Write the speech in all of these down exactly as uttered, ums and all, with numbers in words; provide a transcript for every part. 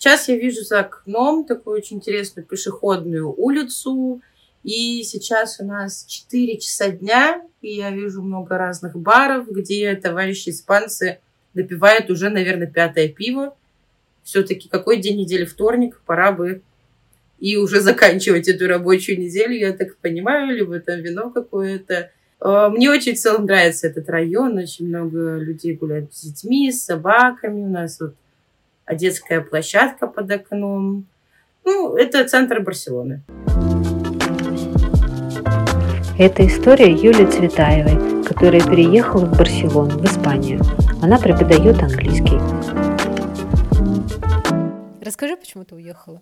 Сейчас я вижу за окном такую очень интересную пешеходную улицу. И сейчас у нас четыре часа дня, и я вижу много разных баров, где товарищи испанцы допивают уже, наверное, пятое пиво. Все-таки какой день недели? Вторник, пора бы и уже заканчивать эту рабочую неделю, я так понимаю, либо там вино какое-то. Мне очень в целом нравится этот район, очень много людей гуляют с детьми, с собаками, у нас вот детская площадка под окном. Ну, это центр Барселоны. Это история Юлии Цветаевой, которая переехала в Барселону, в Испанию. Она преподает английский. Расскажи, почему ты уехала?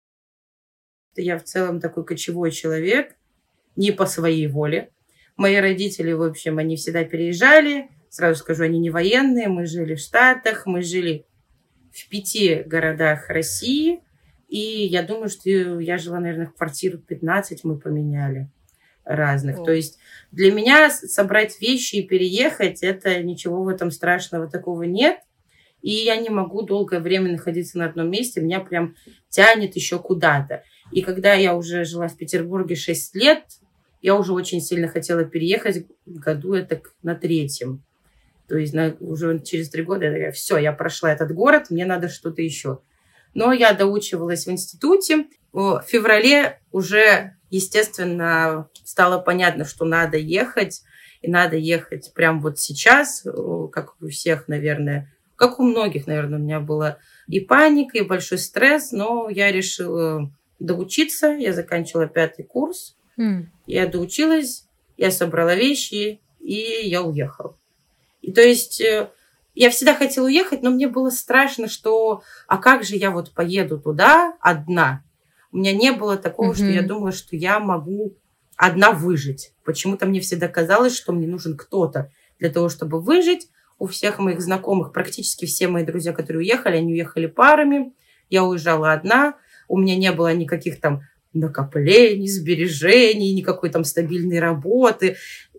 Я в целом такой кочевой человек, не по своей воле. Мои родители, в общем, они всегда переезжали. Сразу скажу, они не военные. Мы жили в Штатах, мы жили в пяти городах России. И я думаю, что я жила, наверное, в квартиру пятнадцать мы поменяли разных. О. То есть для меня собрать вещи и переехать, это ничего в этом страшного такого нет. И я не могу долгое время находиться на одном месте. Меня прям тянет еще куда-то. И когда я уже жила в Петербурге шесть лет, я уже очень сильно хотела переехать. В году это на третьем. То есть на, уже через три года я такая, все, я прошла этот город, мне надо что-то еще. Но я доучивалась в институте. В феврале уже, естественно, стало понятно, что надо ехать. И надо ехать прямо вот сейчас, как у всех, наверное. Как у многих, наверное, у меня была и паника, и большой стресс. Но я решила доучиться. Я заканчивала пятый курс. Mm. Я доучилась, я собрала вещи, и я уехала. И то есть я всегда хотела уехать, но мне было страшно, что а как же я вот поеду туда одна? У меня не было такого, mm-hmm. что я думала, что я могу одна выжить. Почему-то мне всегда казалось, что мне нужен кто-то для того, чтобы выжить. У всех моих знакомых, практически все мои друзья, которые уехали, они уехали парами. Я уезжала одна. У меня не было никаких там накоплений, сбережений, никакой там стабильной работы.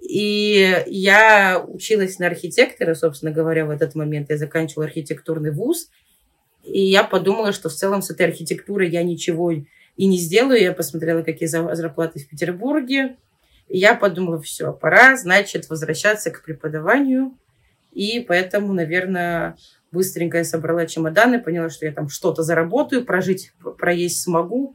И я училась на архитектора, собственно говоря, в этот момент. Я заканчивала архитектурный вуз. И я подумала, что в целом с этой архитектурой я ничего и не сделаю. Я посмотрела, какие зарплаты в Петербурге. И я подумала, все, пора, значит, возвращаться к преподаванию. И поэтому, наверное, быстренько я собрала чемоданы, поняла, что я там что-то заработаю, прожить, проесть смогу.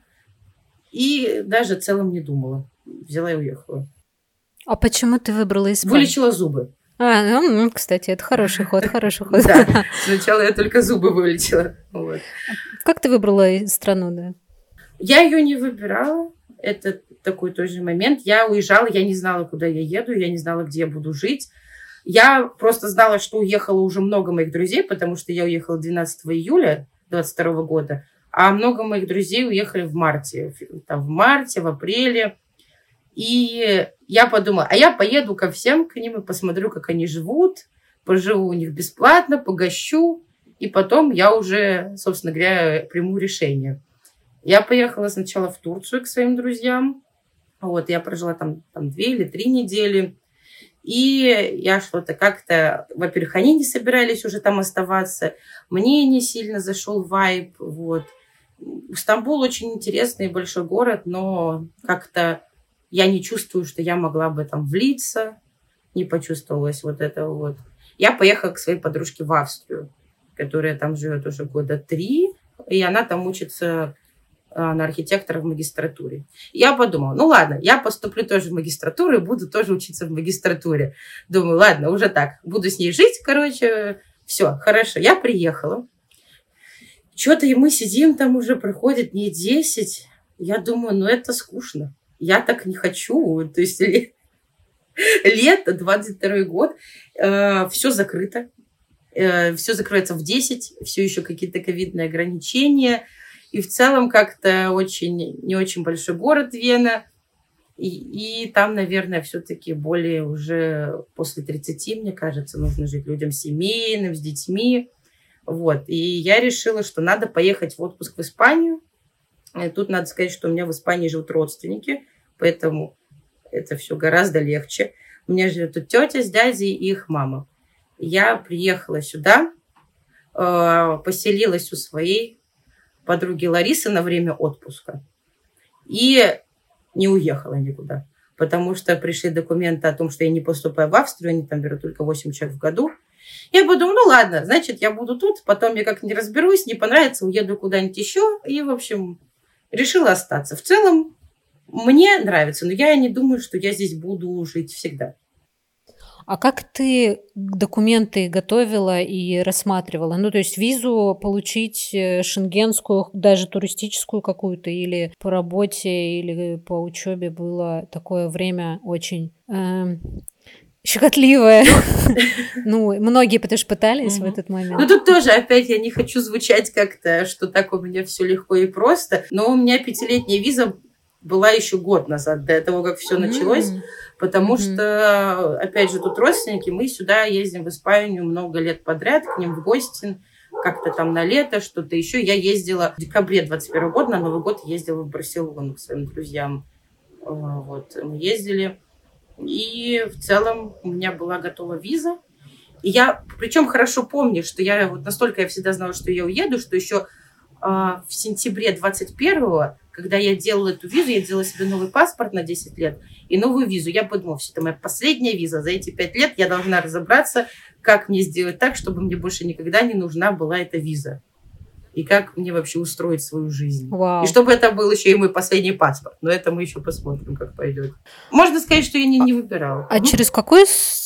И даже в целом не думала. Взяла и уехала. А почему ты выбрала Испанию? Вылечила зубы. А, ну, кстати, это хороший ход, хороший ход. Да, сначала я только зубы вылечила. Как ты выбрала страну, да? Я ее не выбирала. Это такой тоже момент. Я уезжала, я не знала, куда я еду, я не знала, где я буду жить. Я просто знала, что уехало уже много моих друзей, потому что я уехала двенадцатого июля двадцать второго года, а много моих друзей уехали в марте. Там в марте, в апреле. И я подумала, а я поеду ко всем к ним и посмотрю, как они живут, поживу у них бесплатно, погощу, и потом я уже, собственно говоря, приму решение. Я поехала сначала в Турцию к своим друзьям. Вот, я прожила там, там две или три недели. И я что-то как-то... Во-первых, они не собирались уже там оставаться. Мне не сильно зашел вайб. Вот. Стамбул очень интересный большой город, но как-то я не чувствую, что я могла бы там влиться. Не почувствовалось вот этого вот. Я поехала к своей подружке в Австрию, которая там живет уже года три. И она там учится на архитектора в магистратуре. Я подумала, ну ладно, я поступлю тоже в магистратуру и буду тоже учиться в магистратуре. Думаю, ладно, уже так, буду с ней жить, короче, все, хорошо. Я приехала. Что-то и мы сидим, там уже проходит дней десять. Я думаю, ну это скучно. Я так не хочу. То есть лето, двадцать второй год, э, все закрыто. Э, все закроется в десять, все еще какие-то ковидные ограничения. И в целом как-то очень, не очень большой город Вена. И, и там, наверное, все-таки более уже после тридцати, мне кажется, нужно жить людям семейным, с детьми. Вот. И я решила, что надо поехать в отпуск в Испанию. И тут надо сказать, что у меня в Испании живут родственники, поэтому это все гораздо легче. У меня живет тут тетя с дядей и их мама. Я приехала сюда, поселилась у своей подруги Ларисы на время отпуска. И не уехала никуда. Потому что пришли документы о том, что я не поступаю в Австрию, они там берут только восемь человек в году. Я подумала, ну ладно, значит, я буду тут, потом я как-нибудь разберусь, не понравится, уеду куда-нибудь еще. И, в общем, решила остаться. В целом, мне нравится, но я не думаю, что я здесь буду жить всегда. А как ты документы готовила и рассматривала? Ну, то есть визу получить шенгенскую, даже туристическую какую-то, или по работе, или по учебе было такое время очень э, щекотливое. Ну, многие потому что пытались в этот момент. Ну, тут тоже, опять, я не хочу звучать как-то, что так у меня все легко и просто, но у меня пятилетняя виза была еще год назад, до того, как все началось. Потому mm-hmm. что, опять же, тут родственники, мы сюда ездим в Испанию много лет подряд, к ним в гости, как-то там на лето, что-то еще. Я ездила в декабре двадцать первого года, на Новый год ездила в Барселону к своим друзьям. Вот, мы ездили. И в целом у меня была готова виза. И я, причем хорошо помню, что я вот настолько я всегда знала, что я уеду, что еще э, в сентябре двадцать первого, когда я делала эту визу, я делала себе новый паспорт на десять лет и новую визу. Я подумала, все, это моя последняя виза. За эти пять лет я должна разобраться, как мне сделать так, чтобы мне больше никогда не нужна была эта виза. И как мне вообще устроить свою жизнь. Вау. И чтобы это был еще и мой последний паспорт. Но это мы еще посмотрим, как пойдет. Можно сказать, что я не, не выбирала. А ну. через какую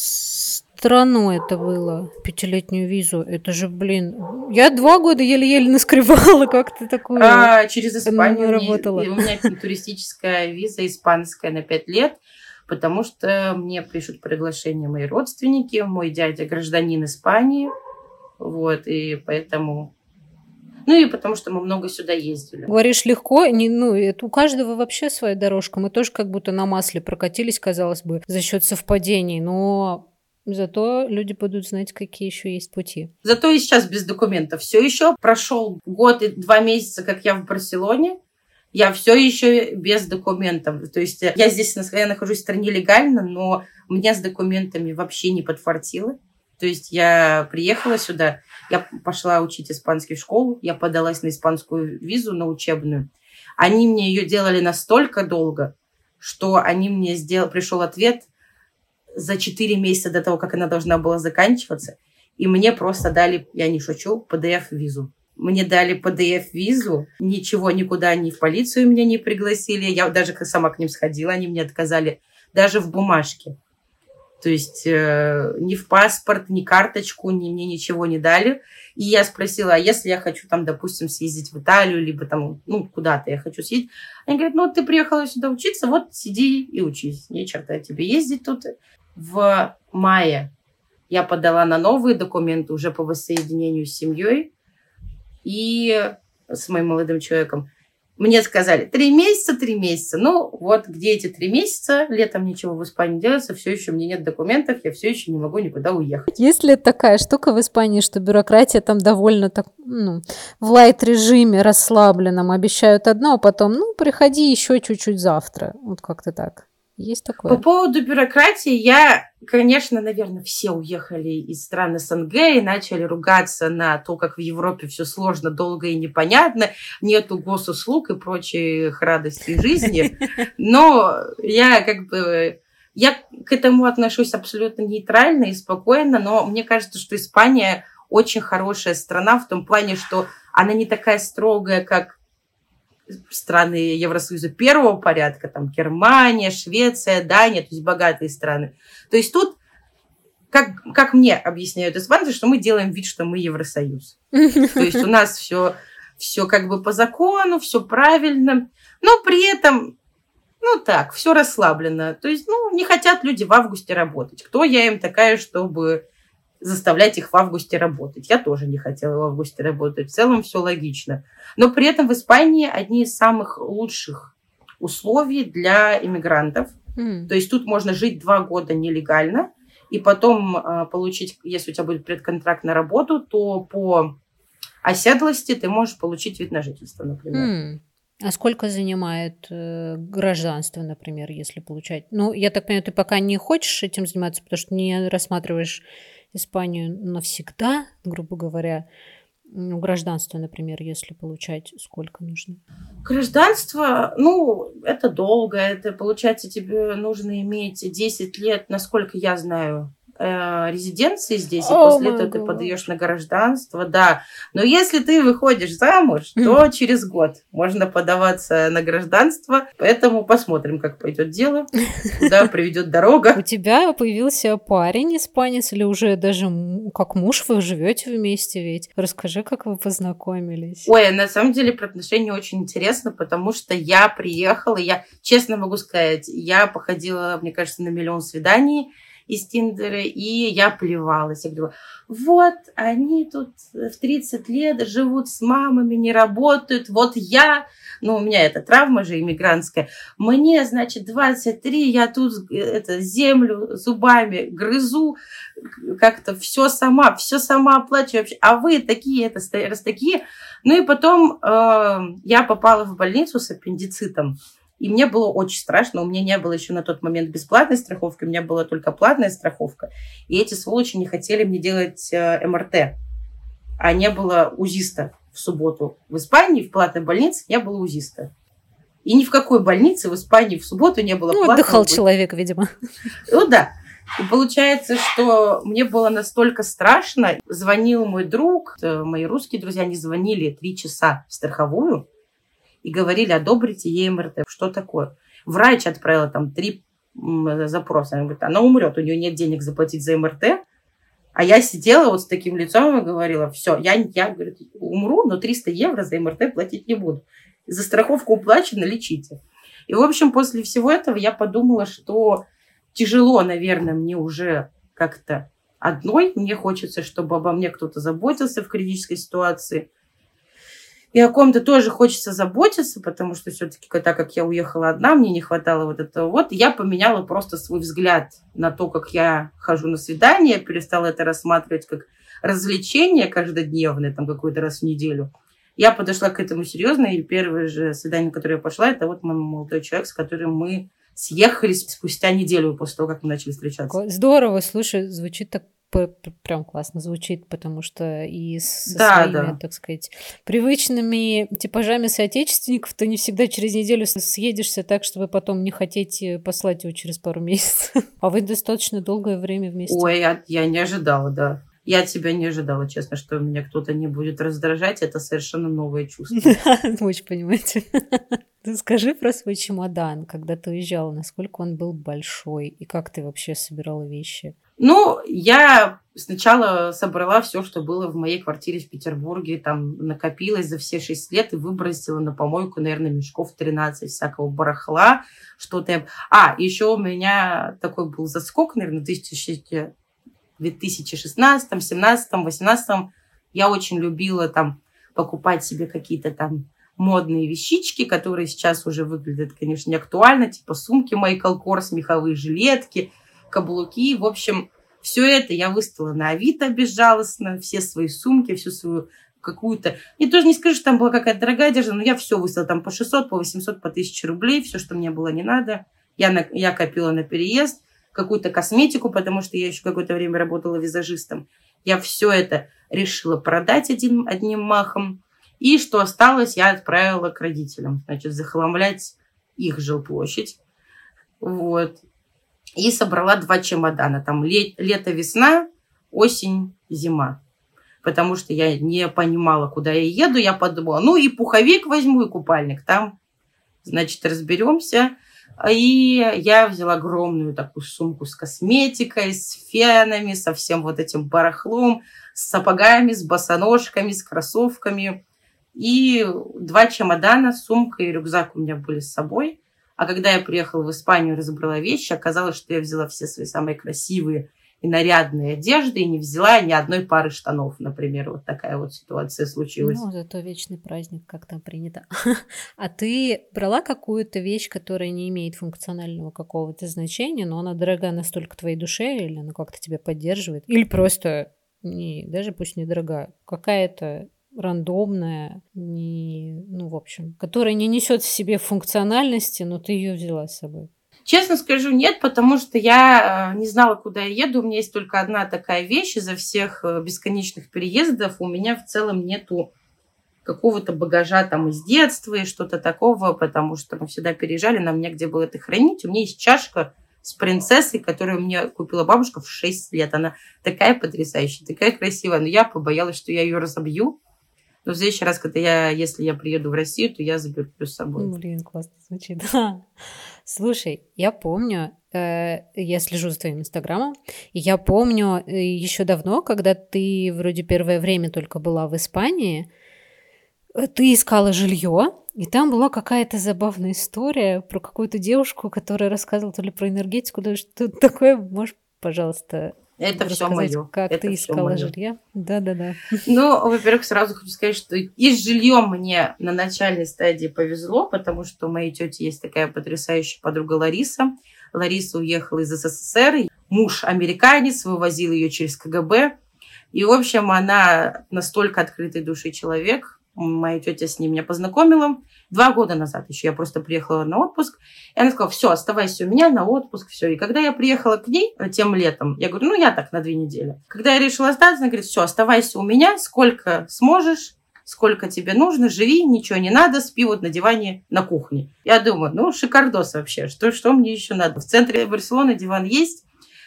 страну это было, пятилетнюю визу? Это же, блин, я два года еле-еле наскребала, как ты такую а, через Испанию работала. У меня туристическая виза испанская на пять лет, потому что мне пишут приглашение мои родственники, мой дядя гражданин Испании, вот, и поэтому... Ну и потому что мы много сюда ездили. Говоришь, легко, не, ну, это у каждого вообще своя дорожка. Мы тоже как будто на масле прокатились, казалось бы, за счет совпадений, но зато люди будут знать, какие еще есть пути. Зато и сейчас без документов. Все еще прошел год и два месяца, как я в Барселоне. Я все еще без документов. То есть я здесь я нахожусь в стране легально, но мне с документами вообще не подфартило. То есть я приехала сюда, я пошла учить испанский в школу, я подалась на испанскую визу, на учебную. Они мне ее делали настолько долго, что они мне сделали, пришел ответ за четыре месяца до того, как она должна была заканчиваться, и мне просто дали, я не шучу, пи ди эф-визу. Мне дали пи ди эф-визу, ничего, никуда, ни в полицию меня не пригласили, я даже сама к ним сходила, они мне отказали даже в бумажке. То есть э, ни в паспорт, ни карточку, ни мне ничего не дали. И я спросила, а если я хочу там, допустим, съездить в Италию, либо там, ну, куда-то я хочу съездить. Они говорят, ну, ты приехала сюда учиться, вот сиди и учись. Не черта тебе ездить тут. В мае я подала на новые документы уже по воссоединению с семьей и с моим молодым человеком. Мне сказали, три месяца, три месяца. Ну, вот где эти три месяца? Летом ничего в Испании не делается, все еще у меня нет документов, я все еще не могу никуда уехать. Есть ли такая штука в Испании, что бюрократия там довольно так, ну, в лайт-режиме расслабленном обещают одно, а потом, ну, приходи еще чуть-чуть завтра. Вот как-то так. Есть такое? По поводу бюрократии, я, конечно, наверное, все уехали из стран СНГ и начали ругаться на то, как в Европе все сложно, долго и непонятно, нету госуслуг и прочих радостей жизни. Но я как бы... Я к этому отношусь абсолютно нейтрально и спокойно, но мне кажется, что Испания очень хорошая страна в том плане, что она не такая строгая, как страны Евросоюза первого порядка, там Германия, Швеция, Дания, то есть богатые страны. То есть тут, как, как мне объясняют испанцы, что мы делаем вид, что мы Евросоюз. То есть у нас все, все как бы по закону, все правильно, но при этом, ну так, все расслаблено. То есть, ну, не хотят люди в августе работать. Кто я им такая, чтобы заставлять их в августе работать? Я тоже не хотела в августе работать. В целом все логично. Но при этом в Испании одни из самых лучших условий для иммигрантов. Mm. То есть тут можно жить два года нелегально, и потом э, получить, если у тебя будет предконтракт на работу, то по оседлости ты можешь получить вид на жительство, например. Mm. А сколько занимает э, гражданство, например, если получать? Ну, я так понимаю, ты пока не хочешь этим заниматься, потому что не рассматриваешь Испанию навсегда, грубо говоря. Ну, гражданство, например, если получать, сколько нужно? Гражданство, ну, это долго. Это, получается, тебе нужно иметь десять лет, насколько я знаю, э, резиденции здесь, и О после май этого ты гад. подаешь на гражданство, да. Но если ты выходишь замуж, то через год можно подаваться на гражданство, поэтому посмотрим, как пойдет дело, куда приведет У дорога. тебя появился парень испанец или уже даже м- как муж вы живете вместе ведь? Расскажи, как вы познакомились. Ой, на самом деле про отношения очень интересно, потому что я приехала, я честно могу сказать, я походила, мне кажется, на миллион свиданий из Тиндера, и я плевалась. Я говорила, вот, они тут в тридцать лет живут с мамами, не работают, вот я, ну, у меня эта травма же иммигрантская, мне, значит, двадцать три, я тут это, землю зубами грызу, как-то все сама, все сама оплачиваю вообще, а вы такие, это, раз такие. Ну и потом э, я попала в больницу с аппендицитом, и мне было очень страшно. У меня не было еще на тот момент бесплатной страховки, у меня была только платная страховка. И эти сволочи не хотели мне делать э, эм эр тэ. А не было узиста в субботу. В Испании в платной больнице не было узиста. И ни в какой больнице в Испании в субботу не было Ну, платного. отдыхал человек, видимо. Ну да. И получается, что мне было настолько страшно. Звонил мой друг, мои русские друзья, они звонили три часа в страховую и говорили, одобрите ей эм эр тэ. Что такое? Врач отправила там три запроса. Она говорит, она умрет, у нее нет денег заплатить за эм эр тэ. А я сидела вот с таким лицом и говорила, все, я, я говорит, умру, но триста евро за эм эр тэ платить не буду. За страховку уплачено, лечите. И, в общем, после всего этого я подумала, что тяжело, наверное, мне уже как-то одной. Мне хочется, чтобы обо мне кто-то заботился в критической ситуации. И о ком-то тоже хочется заботиться, потому что все-таки, так как я уехала одна, мне не хватало вот этого вот. Я поменяла просто свой взгляд на то, как я хожу на свидание, перестала это рассматривать как развлечение каждодневное, там какой-то раз в неделю. Я подошла к этому серьезно, и первое же свидание, на которое я пошла, это вот мой молодой человек, с которым мы съехались спустя неделю после того, как мы начали встречаться. Здорово, слушай, звучит так прям классно звучит, потому что и со Да, своими, да. так сказать, привычными типажами соотечественников ты не всегда через неделю съедешься так, чтобы потом не хотеть послать его через пару месяцев. А вы достаточно долгое время вместе. Ой, я, я не ожидала, да. Я от тебя не ожидала, честно, что меня кто-то не будет раздражать. Это совершенно новое чувство. Очень понимаете. Ты скажи про свой чемодан, когда ты уезжала, насколько он был большой, и как ты вообще собирала вещи? Ну, я сначала собрала все, что было в моей квартире в Петербурге, там накопилось за все шесть лет и выбросила на помойку, наверное, мешков тринадцать всякого барахла, что-то я... А, еще у меня такой был заскок, наверное, в две тысячи шестнадцатом, семнадцатом, восемнадцатом. Я очень любила там покупать себе какие-то там модные вещички, которые сейчас уже выглядят, конечно, не актуально, типа сумки Michael Kors, меховые жилетки, каблуки. В общем, все это я выставила на Авито безжалостно, все свои сумки, всю свою какую-то... Я тоже не скажу, что там была какая-то дорогая одежда, но я все выставила там по шестьсот, по восемьсот, по тысяче рублей, все, что мне было не надо. Я, на... я копила на переезд, какую-то косметику, потому что я еще какое-то время работала визажистом. Я все это решила продать один, одним махом. И что осталось, я отправила к родителям. Значит, захламлять их жилплощадь. Вот. И собрала два чемодана. Там лет, лето-весна, осень, зима. Потому что я не понимала, куда я еду. Я подумала, ну и пуховик возьму, и купальник. Там, значит, разберемся. И я взяла огромную такую сумку с косметикой, с фенами, со всем вот этим барахлом, с сапогами, с босоножками, с кроссовками. И два чемодана, сумка и рюкзак у меня были с собой. А когда я приехала в Испанию и разобрала вещи, оказалось, что я взяла все свои самые красивые и нарядные одежды и не взяла ни одной пары штанов, например. Вот такая вот ситуация случилась. Ну, зато вечный праздник, как там принято. А ты брала какую-то вещь, которая не имеет функционального какого-то значения, но она дорога настолько твоей душе, или она как-то тебя поддерживает? Или просто, не, даже пусть не дорога, какая-то рандомная, не, ну, в общем, которая не несет в себе функциональности, но ты ее взяла с собой? Честно скажу, нет, потому что я не знала, куда я еду. У меня есть только одна такая вещь изо всех бесконечных переездов. У меня в целом нету какого-то багажа там из детства и что-то такого, потому что мы всегда переезжали, нам негде было это хранить. У меня есть чашка с принцессой, которую мне купила бабушка в шесть лет. Она такая потрясающая, такая красивая. Но я побоялась, что я ее разобью. Но в следующий раз, когда я, если я приеду в Россию, то я заберу с собой. Блин, классно звучит. Слушай, я помню, э, я слежу за твоим инстаграмом, и я помню э, еще давно, когда ты вроде первое время только была в Испании, э, ты искала жилье, и там была какая-то забавная история про какую-то девушку, которая рассказывала то ли про энергетику, то ли что-то такое. Можешь, пожалуйста, это все мое. Как это ты искала жилье? Да-да-да. Ну, во-первых, сразу хочу сказать, что и с жильем мне на начальной стадии повезло, потому что у моей тети есть такая потрясающая подруга Лариса. Лариса уехала из СССР. Муж американец, вывозил ее через КГБ. И, в общем, она настолько открытой души человек. Моя тетя с ним меня познакомила. Два года назад еще я просто приехала на отпуск. И она сказала, все, оставайся у меня на отпуск, все. И когда я приехала к ней тем летом, я говорю, ну, я так на две недели. Когда я решила остаться, она говорит, все, оставайся у меня, сколько сможешь, сколько тебе нужно, живи, ничего не надо, спи вот на диване на кухне. Я думаю, ну, шикардос вообще, что, что мне еще надо? В центре Барселоны диван есть.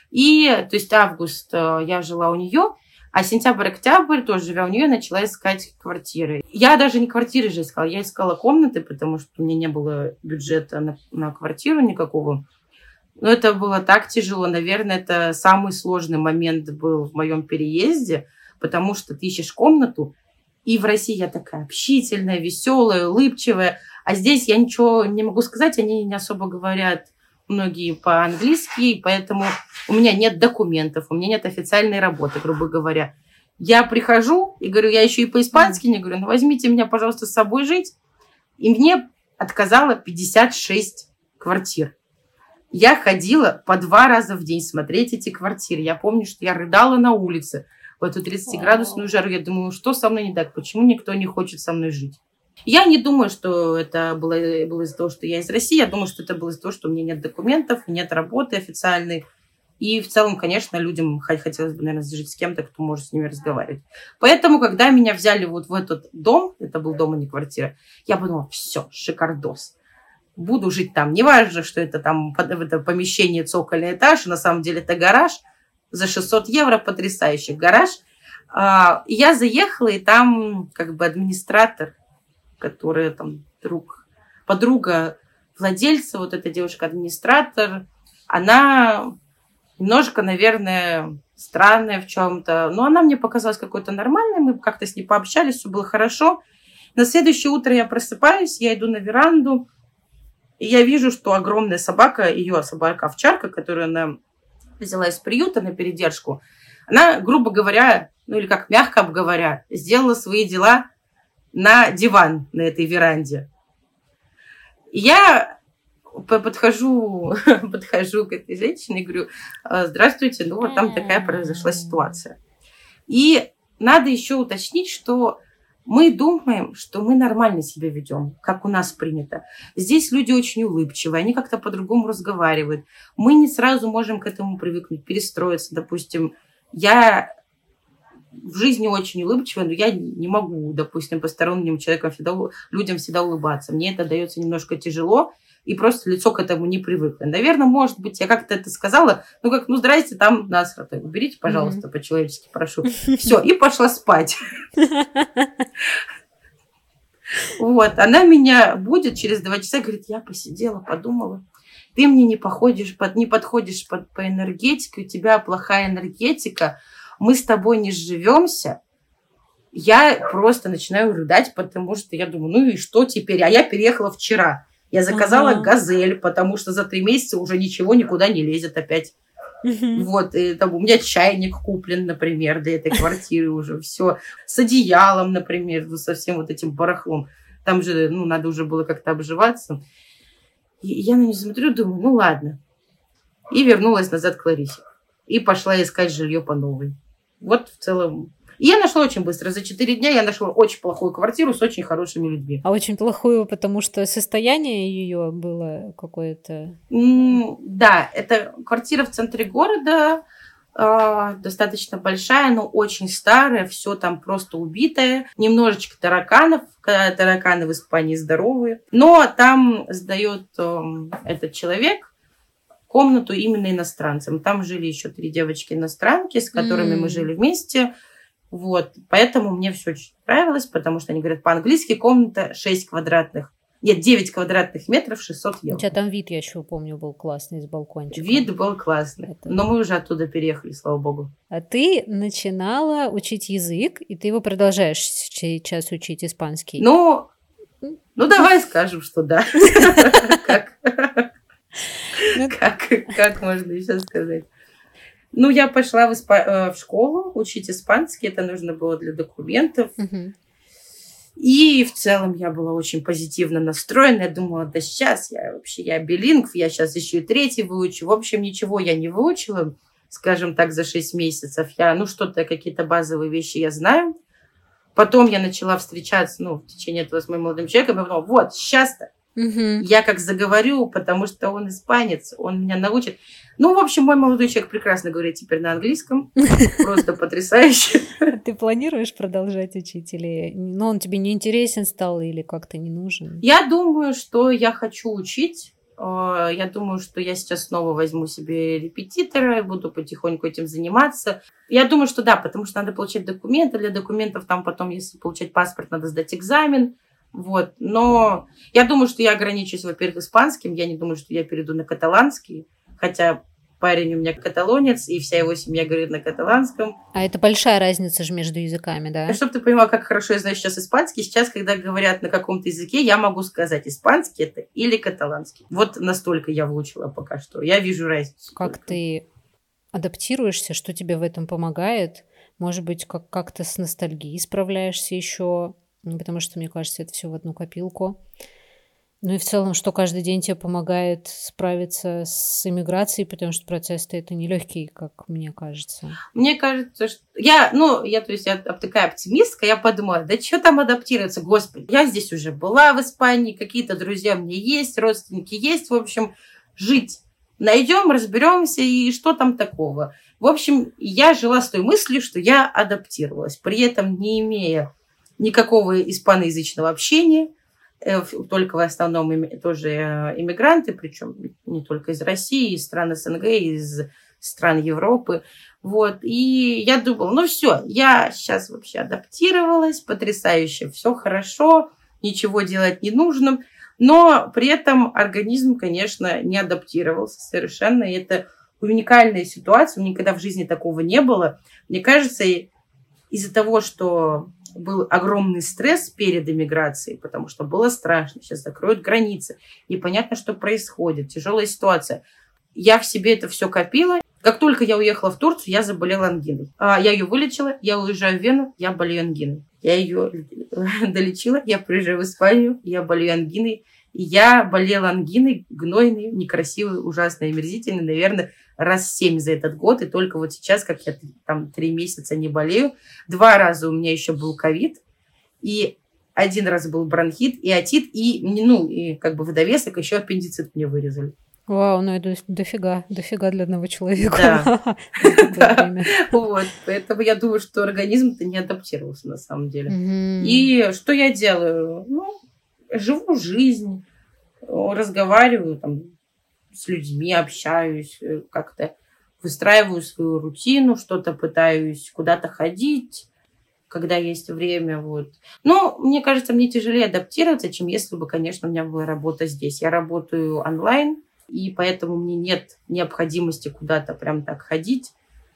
И, то есть, август я жила у нее. А сентябрь-октябрь, тоже живя у нее, начала искать квартиры. Я даже не квартиры же искала, я искала комнаты, потому что у меня не было бюджета на, на квартиру никакого. Но это было так тяжело. Наверное, это самый сложный момент был в моем переезде, потому что ты ищешь комнату, и в России я такая общительная, веселая, улыбчивая. А здесь я ничего не могу сказать, они не особо говорят многие по-английски, поэтому у меня нет документов, у меня нет официальной работы, грубо говоря. Я прихожу и говорю, я еще и по-испански не говорю, ну возьмите меня, пожалуйста, с собой жить. И мне отказало пятьдесят шесть квартир. Я ходила по два раза в день смотреть эти квартиры. Я помню, что я рыдала на улице в эту тридцатиградусную жару. Я думаю, что со мной не так? Почему никто не хочет со мной жить? Я не думаю, что это было, было из-за того, что я из России. Я думаю, что это было из-за того, что у меня нет документов, нет работы официальной. И в целом, конечно, людям хотелось бы, наверное, жить с кем-то, кто может с ними разговаривать. Поэтому, когда меня взяли вот в этот дом, это был дом, а не квартира, я подумала, все, шикардос. Буду жить там. Не важно, что это там это помещение, цокольный этаж, на самом деле это гараж. За шестьсот евро потрясающий гараж. И я заехала, и там как бы администратор, которая там друг, подруга владельца, вот эта девушка-администратор, она немножко, наверное, странная в чем-то, но она мне показалась какой-то нормальной, мы как-то с ней пообщались, все было хорошо. На следующее утро я просыпаюсь, я иду на веранду, и я вижу, что огромная собака, ее собака-овчарка, которую она взяла из приюта на передержку, она, грубо говоря, ну или как мягко говоря, сделала свои дела на диван на этой веранде. Я подхожу, подхожу к этой женщине и говорю, здравствуйте, ну вот там такая произошла ситуация. И надо еще уточнить, что мы думаем, что мы нормально себя ведем, как у нас принято. Здесь люди очень улыбчивые, они как-то по-другому разговаривают. Мы не сразу можем к этому привыкнуть, перестроиться. Допустим, я в жизни очень улыбчивая, но я не могу, допустим, посторонним человеком всегда, людям всегда улыбаться. Мне это дается немножко тяжело, и просто лицо к этому не привыкло. Наверное, может быть, я как-то это сказала, ну как, ну здрасте, там нас уберите, пожалуйста, mm-hmm. по-человечески прошу. Все, и пошла спать. Вот, она меня будет через два часа, говорит, я посидела, подумала, ты мне не походишь, не подходишь по энергетике, у тебя плохая энергетика, мы с тобой не сживемся. Я просто начинаю рыдать, потому что я думаю, ну и что теперь? А я переехала вчера. Я заказала ага. «Газель», потому что за три месяца уже ничего никуда не лезет опять. Uh-huh. Вот, и, там, у меня чайник куплен, например, для этой квартиры уже. Все. С одеялом, например, со всем вот этим барахлом. Там же, ну, надо уже было как-то обживаться. И я на нее смотрю, думаю, ну ладно. И вернулась назад к Ларисе. И пошла искать жилье по новой. Вот в целом И я нашла очень быстро. За четыре дня я нашла очень плохую квартиру с очень хорошими людьми. А очень плохую, потому что состояние ее было какое-то... М, Да, это квартира в центре города, а, достаточно большая, но очень старая, все там просто убитое. Немножечко тараканов, когда тараканы в Испании здоровые. Но там сдает эм, этот человек комнату именно иностранцам. Там жили еще три девочки-иностранки, с которыми М. мы жили вместе. Вот, поэтому мне все очень нравилось, потому что они говорят по-английски, комната шесть квадратных, нет, девять квадратных метров, шестьсот У евро. тебя там вид, я еще помню, был классный с балкончиком. Вид был классный, Это- но мы уже оттуда переехали, слава богу. А ты начинала учить язык, и ты его продолжаешь сейчас учить испанский. Ну, ну давай скажем, что да. Как? Ну, Как, как можно еще сказать? Ну, я пошла в, испа- э, в школу учить испанский, это нужно было для документов. мгм. И в целом я была очень позитивно настроена. Я думала, да сейчас я вообще, я билингв, я сейчас еще и третий выучу. В общем, ничего я не выучила, скажем так, за шесть месяцев. Я, ну, что-то, какие-то базовые вещи я знаю. Потом я начала встречаться, ну, в течение этого с моим молодым человеком. И подумала, вот, сейчас-то Мгм. я как заговорю, потому что он испанец, он меня научит. Ну, в общем, мой молодой человек прекрасно говорит теперь на английском. Просто потрясающе. А ты планируешь продолжать учить или... Ну, он тебе не интересен стал или как-то не нужен? Я думаю, что я хочу учить. Э, Я думаю, что я сейчас снова возьму себе репетитора и буду потихоньку этим заниматься. Я думаю, что да, потому что надо получать документы. Для документов там потом, если получать паспорт, надо сдать экзамен. Вот. Но я думаю, что я ограничусь, во-первых, испанским. Я не думаю, что я перейду на каталанский. Хотя парень у меня каталонец, и вся его семья говорит на каталанском. А это большая разница же между языками, да? Чтобы ты понимала, как хорошо я знаю сейчас испанский, сейчас, когда говорят на каком-то языке, я могу сказать, испанский это или каталанский. Вот настолько я выучила пока что. Я вижу разницу. Как только. ты адаптируешься, что тебе в этом помогает? Может быть, как- как-то с ностальгией справляешься еще? Потому что, мне кажется, это все в одну копилку. Ну и в целом, что каждый день тебе помогает справиться с иммиграцией, потому что процесс-то это нелегкий, как мне кажется. Мне кажется, что... Я, ну, я, то есть, я такая оптимистка, я подумала, да что там адаптироваться, господи. Я здесь уже была в Испании, какие-то друзья у меня есть, родственники есть, в общем, жить. Найдем, разберемся, и что там такого. В общем, я жила с той мыслью, что я адаптировалась, при этом не имея никакого испаноязычного общения, э, в- только в основном ими- тоже э, иммигранты, причем не только из России, из стран СНГ, из стран Европы. Вот. И я думала, ну все, я сейчас вообще адаптировалась, потрясающе, все хорошо, ничего делать не нужно. Но при этом организм, конечно, не адаптировался совершенно. И это уникальная ситуация, у меня никогда в жизни такого не было. Мне кажется, и из-за того, что был огромный стресс перед эмиграцией, потому что было страшно, сейчас закроют границы, непонятно, что происходит, тяжелая ситуация. Я в себе это все копила. Как только я уехала в Турцию, я заболела ангиной. А, я ее вылечила, я уезжаю в Вену, я болею ангиной. Я ее долечила, я приезжаю в Испанию, я болею ангиной. И я болела ангиной, гнойной, некрасивой, ужасной, омерзительной, наверное, раз семь за этот год. И только вот сейчас, как я там три месяца не болею, два раза у меня еще был ковид, и один раз был бронхит и отит, и, ну, и как бы в довесок еще аппендицит мне вырезали. Вау, ну это дофига, дофига для одного человека. Да. За такое время. Вот, поэтому я думаю, что организм-то не адаптировался на самом деле. Мгм. И что я делаю? Ну, живу жизнь, разговариваю там с людьми, общаюсь, э, как-то выстраиваю свою рутину, что-то пытаюсь куда-то ходить, когда есть время. Вот. Но мне кажется, мне тяжелее адаптироваться, чем если бы, конечно, у меня была работа здесь. Я работаю онлайн, и поэтому мне нет необходимости куда-то прям так ходить.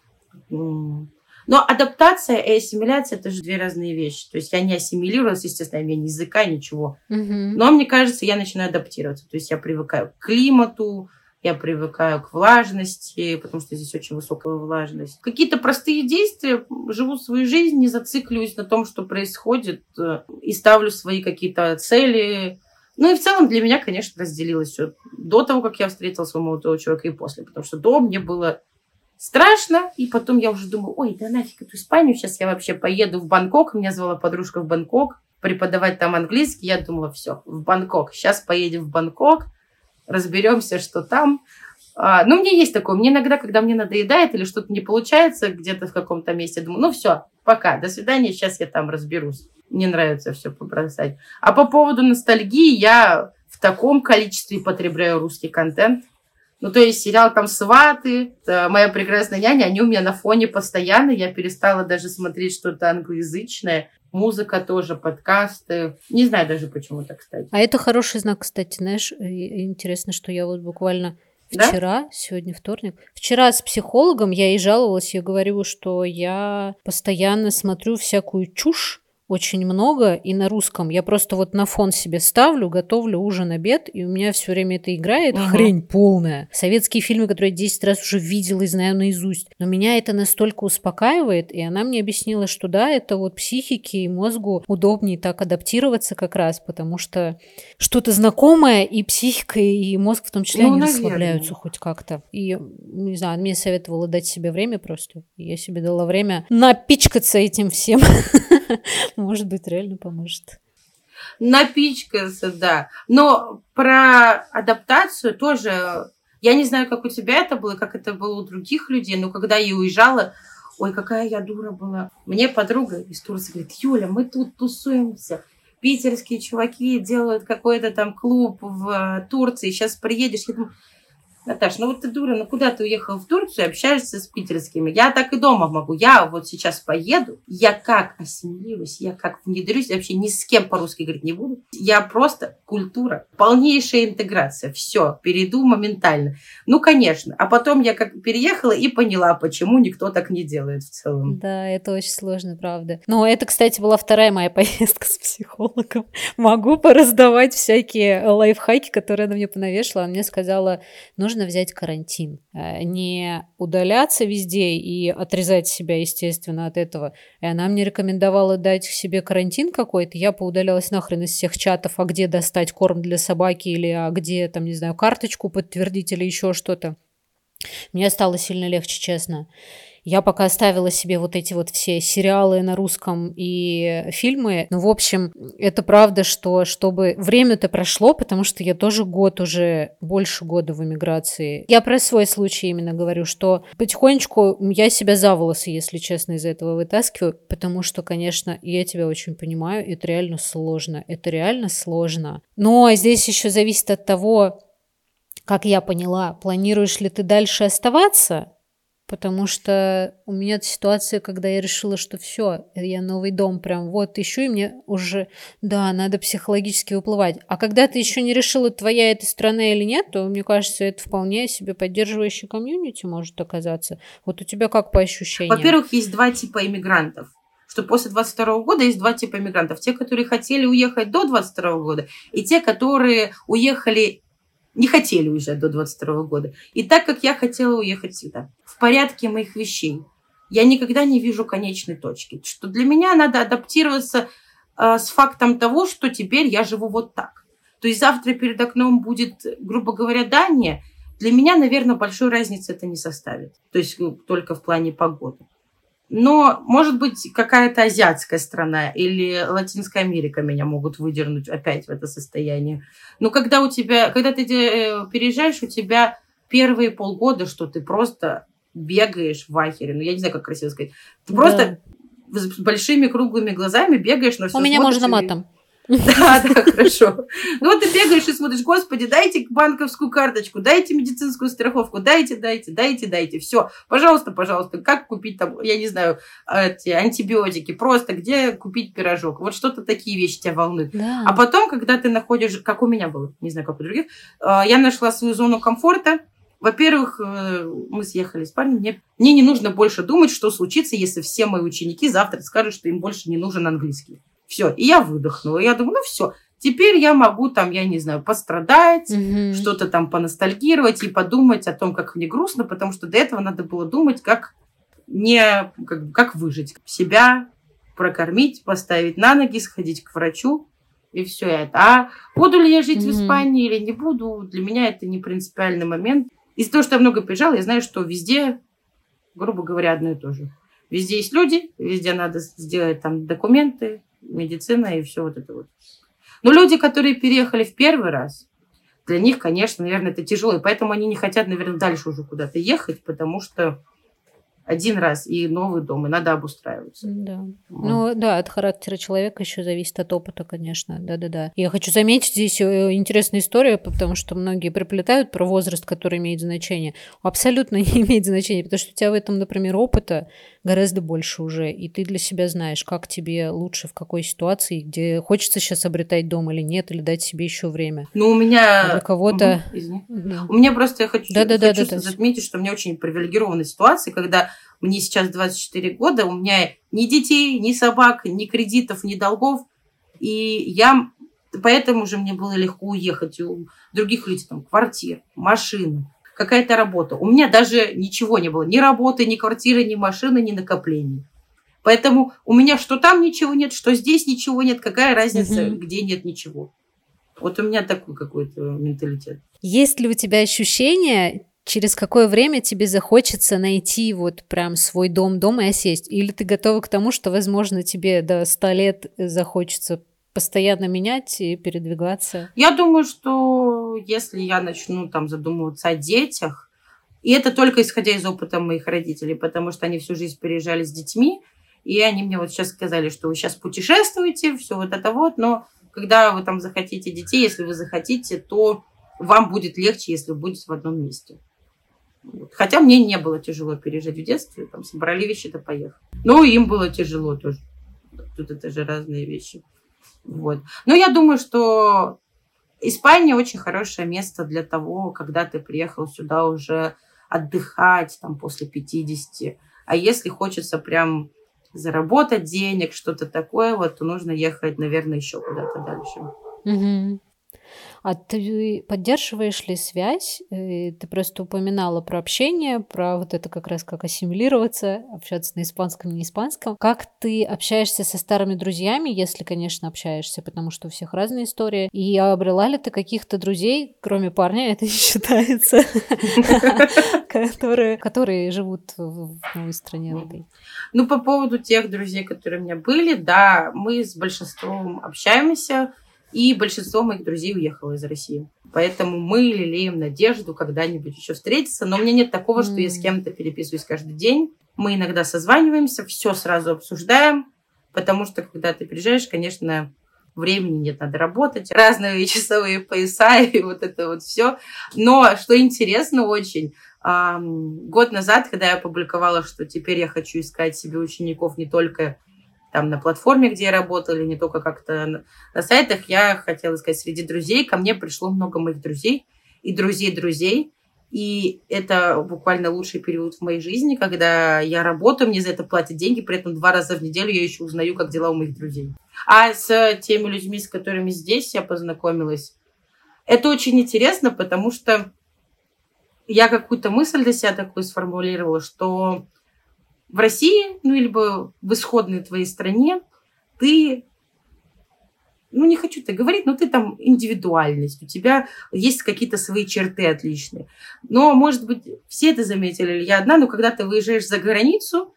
М. Но адаптация и ассимиляция – это же две разные вещи. То есть я не ассимилировалась, естественно, у меня ни языка, ничего. Мгм. Но мне кажется, я начинаю адаптироваться. То есть я привыкаю к климату, я привыкаю к влажности, потому что здесь очень высокая влажность. Какие-то простые действия, живу свою жизнь, не зацикливаюсь на том, что происходит, э, и ставлю свои какие-то цели. Ну и в целом для меня, конечно, разделилось все до того, как я встретила своего молодого человека, и после. Потому что до мне было страшно, и потом я уже думаю, ой, да нафиг эту Испанию, сейчас я вообще поеду в Бангкок, меня звала подружка в Бангкок, преподавать там английский, я думала, все, в Бангкок, сейчас поедем в Бангкок, разберемся, что там. А, ну, у меня есть такое, мне иногда, когда мне надоедает или что-то не получается где-то в каком-то месте, думаю, ну все, пока, до свидания, сейчас я там разберусь. Мне нравится все побросать. А по поводу ностальгии, я в таком количестве потребляю русский контент. Ну, то есть сериал там «Сваты», «Моя прекрасная няня», они у меня на фоне постоянно. Я перестала даже смотреть что-то англоязычное. Музыка тоже, подкасты. Не знаю даже почему так, кстати. А это хороший знак, кстати, знаешь. Интересно, что я вот буквально вчера, да? Сегодня вторник, вчера с психологом я ей жаловалась, я говорю, что я постоянно смотрю всякую чушь, очень много, и на русском. Я просто вот на фон себе ставлю, готовлю ужин, обед, и у меня все время это играет. Угу. Хрень полная. Советские фильмы, которые я десять раз уже видела и знаю наизусть. Но меня это настолько успокаивает, и она мне объяснила, что да, это вот психике и мозгу удобнее так адаптироваться как раз, потому что что-то знакомое, и психика, и мозг в том числе, ну, они наверное. расслабляются хоть как-то. И, не знаю, мне советовала дать себе время просто. И я себе дала время напичкаться этим всем. Может быть, реально поможет. Напичкаться, да. Но про адаптацию тоже... Я не знаю, как у тебя это было, как это было у других людей, но когда я уезжала, ой, какая я дура была. Мне подруга из Турции говорит, Юля, мы тут тусуемся. Питерские чуваки делают какой-то там клуб в Турции. Сейчас приедешь. Я думаю, Наташ, ну вот ты дура, ну куда ты уехала в Турцию и общаешься с питерскими? Я так и дома могу. Я вот сейчас поеду, я как ассимилируюсь, я как внедрюсь, я вообще ни с кем по-русски говорить не буду. Я просто культура, полнейшая интеграция. Все, перейду моментально. Ну, конечно. А потом я как переехала и поняла, почему никто так не делает в целом. Да, это очень сложно, правда. Но это, кстати, была вторая моя поездка с психологом. Могу пораздавать всякие лайфхаки, которые она мне понавешала. Она мне сказала, нужно нужно взять карантин. Не удаляться везде и отрезать себя, естественно, от этого. И она мне рекомендовала дать себе карантин какой-то. Я поудалялась нахрен из всех чатов, а где достать корм для собаки, или а где, там, не знаю, карточку подтвердить или еще что-то. Мне стало сильно легче, честно. Я пока оставила себе вот эти вот все сериалы на русском и фильмы. Ну, в общем, это правда, что чтобы время-то прошло, потому что я тоже год уже, больше года в эмиграции. Я про свой случай именно говорю, что потихонечку я себя за волосы, если честно, из этого вытаскиваю, потому что, конечно, я тебя очень понимаю, это реально сложно. Это реально сложно. Но здесь еще зависит от того, как я поняла, планируешь ли ты дальше оставаться. Потому что у меня ситуация, когда я решила, что все, я новый дом прям вот ищу, и мне уже, да, надо психологически выплывать. А когда ты еще не решила, твоя эта страна или нет, то, мне кажется, это вполне себе поддерживающий комьюнити может оказаться. Вот у тебя как по ощущениям? Во-первых, есть два типа иммигрантов. Что после двадцать второго года есть два типа иммигрантов. Те, которые хотели уехать до двадцать второго года, и те, которые уехали... не хотели уезжать до двадцать второго года. И так как я хотела уехать всегда. В порядке моих вещей. Я никогда не вижу конечной точки. Что для меня надо адаптироваться э, с фактом того, что теперь я живу вот так. То есть завтра перед окном будет, грубо говоря, Дания. Для меня, наверное, большой разницы это не составит. То есть ну, только в плане погоды. Но, может быть, какая-то азиатская страна или Латинская Америка меня могут выдернуть опять в это состояние. Но когда у тебя, когда ты переезжаешь, у тебя первые полгода, что ты просто бегаешь в ахере. Ну, я не знаю, как красиво сказать. Ты да. просто с большими круглыми глазами бегаешь, но все. У меня можно матом. Да, да, хорошо. Ну вот ты бегаешь и смотришь, господи, дайте банковскую карточку, дайте медицинскую страховку, дайте, дайте, дайте, дайте. Все, пожалуйста, пожалуйста, как купить там, я не знаю, эти антибиотики, просто где купить пирожок. Вот что-то такие вещи тебя волнуют. Да. А потом, когда ты находишь, как у меня было, не знаю, как у других, я нашла свою зону комфорта. Во-первых, мы съехали с парнем, мне, мне не нужно больше думать, что случится, если все мои ученики завтра скажут, что им больше не нужен английский. Все, и я выдохнула. Я думаю, ну все, теперь я могу там, я не знаю, пострадать, mm-hmm. что-то там поностальгировать и подумать о том, как мне грустно, потому что до этого надо было думать, как, не, как, как выжить. Себя прокормить, поставить на ноги, сходить к врачу и все это. А буду ли я жить mm-hmm. в Испании или не буду, для меня это не принципиальный момент. Из-за того, что я много приезжала, я знаю, что везде грубо говоря, одно и то же. Везде есть люди, везде надо сделать там документы, медицина и все вот это вот. Но люди, которые переехали в первый раз, для них, конечно, наверное, это тяжело. И поэтому они не хотят, наверное, дальше уже куда-то ехать, потому что один раз и новый дом, и надо обустраиваться. Да. Вот. Ну да, от характера человека еще зависит от опыта, конечно. Да-да-да. Я хочу заметить здесь интересную историю, потому что многие приплетают про возраст, который имеет значение. Абсолютно не имеет значения, потому что у тебя в этом, например, опыта гораздо больше уже, и ты для себя знаешь, как тебе лучше, в какой ситуации, где хочется сейчас обретать дом или нет, или дать себе еще время. Ну, у меня... А для кого-то... Угу, да. У меня просто, я хочу, да, да, хочу да, да, отметить, что у меня очень привилегированная ситуация, когда мне сейчас двадцать четыре года, у меня ни детей, ни собак, ни кредитов, ни долгов, и я... Поэтому же мне было легко уехать. У других людей там квартира, машина, какая-то работа. У меня даже ничего не было. Ни работы, ни квартиры, ни машины, ни накоплений. Поэтому у меня что там ничего нет, что здесь ничего нет. Какая разница, угу. где нет ничего. Вот у меня такой какой-то менталитет. Есть ли у тебя ощущение, через какое время тебе захочется найти вот прям свой дом-дом и осесть? Или ты готова к тому, что, возможно, тебе до ста лет захочется постоянно менять и передвигаться? Я думаю, что если я начну там задумываться о детях, и это только исходя из опыта моих родителей, потому что они всю жизнь переезжали с детьми, и они мне вот сейчас сказали, что вы сейчас путешествуете, все вот это вот, но когда вы там захотите детей, если вы захотите, то вам будет легче, если будете в одном месте. Хотя мне не было тяжело переезжать в детстве, там собрали вещи, да поехали. Но им было тяжело тоже. Тут это же разные вещи. Вот. Но я думаю, что Испания очень хорошее место для того, когда ты приехал сюда уже отдыхать там, после пятидесяти. А если хочется прям заработать денег, что-то такое, вот, то нужно ехать, наверное, еще куда-то дальше. Угу. А ты поддерживаешь ли связь? Ты просто упоминала про общение, про вот это как раз как ассимилироваться, общаться на испанском, не испанском. Как ты общаешься со старыми друзьями, если, конечно, общаешься, потому что у всех разные истории. И обрела ли ты каких-то друзей, кроме парня, это не считается, которые живут в новой стране этой? Ну, по поводу тех друзей, которые у меня были, да, мы с большинством общаемся, и большинство моих друзей уехало из России. Поэтому мы лелеем надежду когда-нибудь еще встретиться. Но у меня нет такого, mm. что я с кем-то переписываюсь каждый день. Мы иногда созваниваемся, все сразу обсуждаем, потому что, когда ты приезжаешь, конечно, времени нет, надо работать. Разные часовые пояса и вот это вот все. Но, что интересно очень, год назад, когда я опубликовала, что теперь я хочу искать себе учеников не только там на платформе, где я работала, или не только как-то на, на сайтах, я хотела сказать, среди друзей ко мне пришло много моих друзей и друзей-друзей. И это буквально лучший период в моей жизни, когда я работаю, мне за это платят деньги, при этом два раза в неделю я еще узнаю, как дела у моих друзей. А с теми людьми, с которыми здесь я познакомилась, это очень интересно, потому что я какую-то мысль для себя такую сформулировала, что в России, ну, либо в исходной твоей стране, ты, ну, не хочу так говорить, но ты там индивидуальность, у тебя есть какие-то свои черты отличные. Но, может быть, все это заметили, или я одна, но когда ты выезжаешь за границу,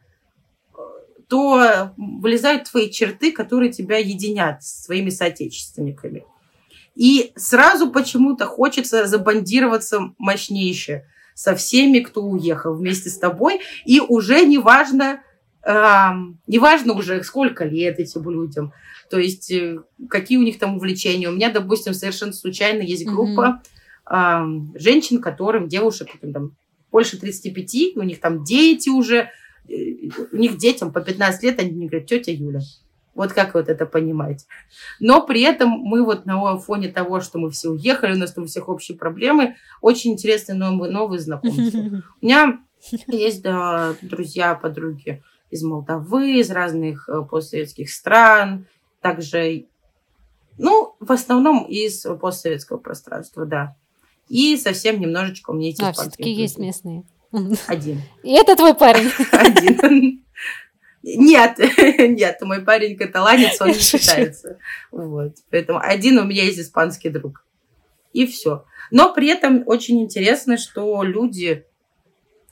то вылезают твои черты, которые тебя единят с своими соотечественниками. И сразу почему-то хочется забандироваться мощнейше со всеми, кто уехал вместе с тобой, и уже неважно, э, неважно уже, сколько лет этим людям, то есть э, какие у них там увлечения. У меня, допустим, совершенно случайно есть группа mm-hmm. э, женщин, которым, девушек, там, больше тридцати пяти, у них там дети уже, э, у них детям по пятнадцать лет, они мне говорят, тетя Юля. Вот как вот это понимать. Но при этом мы вот на фоне того, что мы все уехали, у нас там у всех общие проблемы, очень интересные новые, новые знакомства. У меня есть да, друзья, подруги из Молдавы, из разных постсоветских стран, также, ну, в основном из постсоветского пространства, да. И совсем немножечко у меня эти а, все-таки есть местные. Один. И это твой парень. Один. Нет, нет, мой парень каталанец, он не считается. Вот. Поэтому один у меня есть испанский друг. И все. Но при этом очень интересно, что люди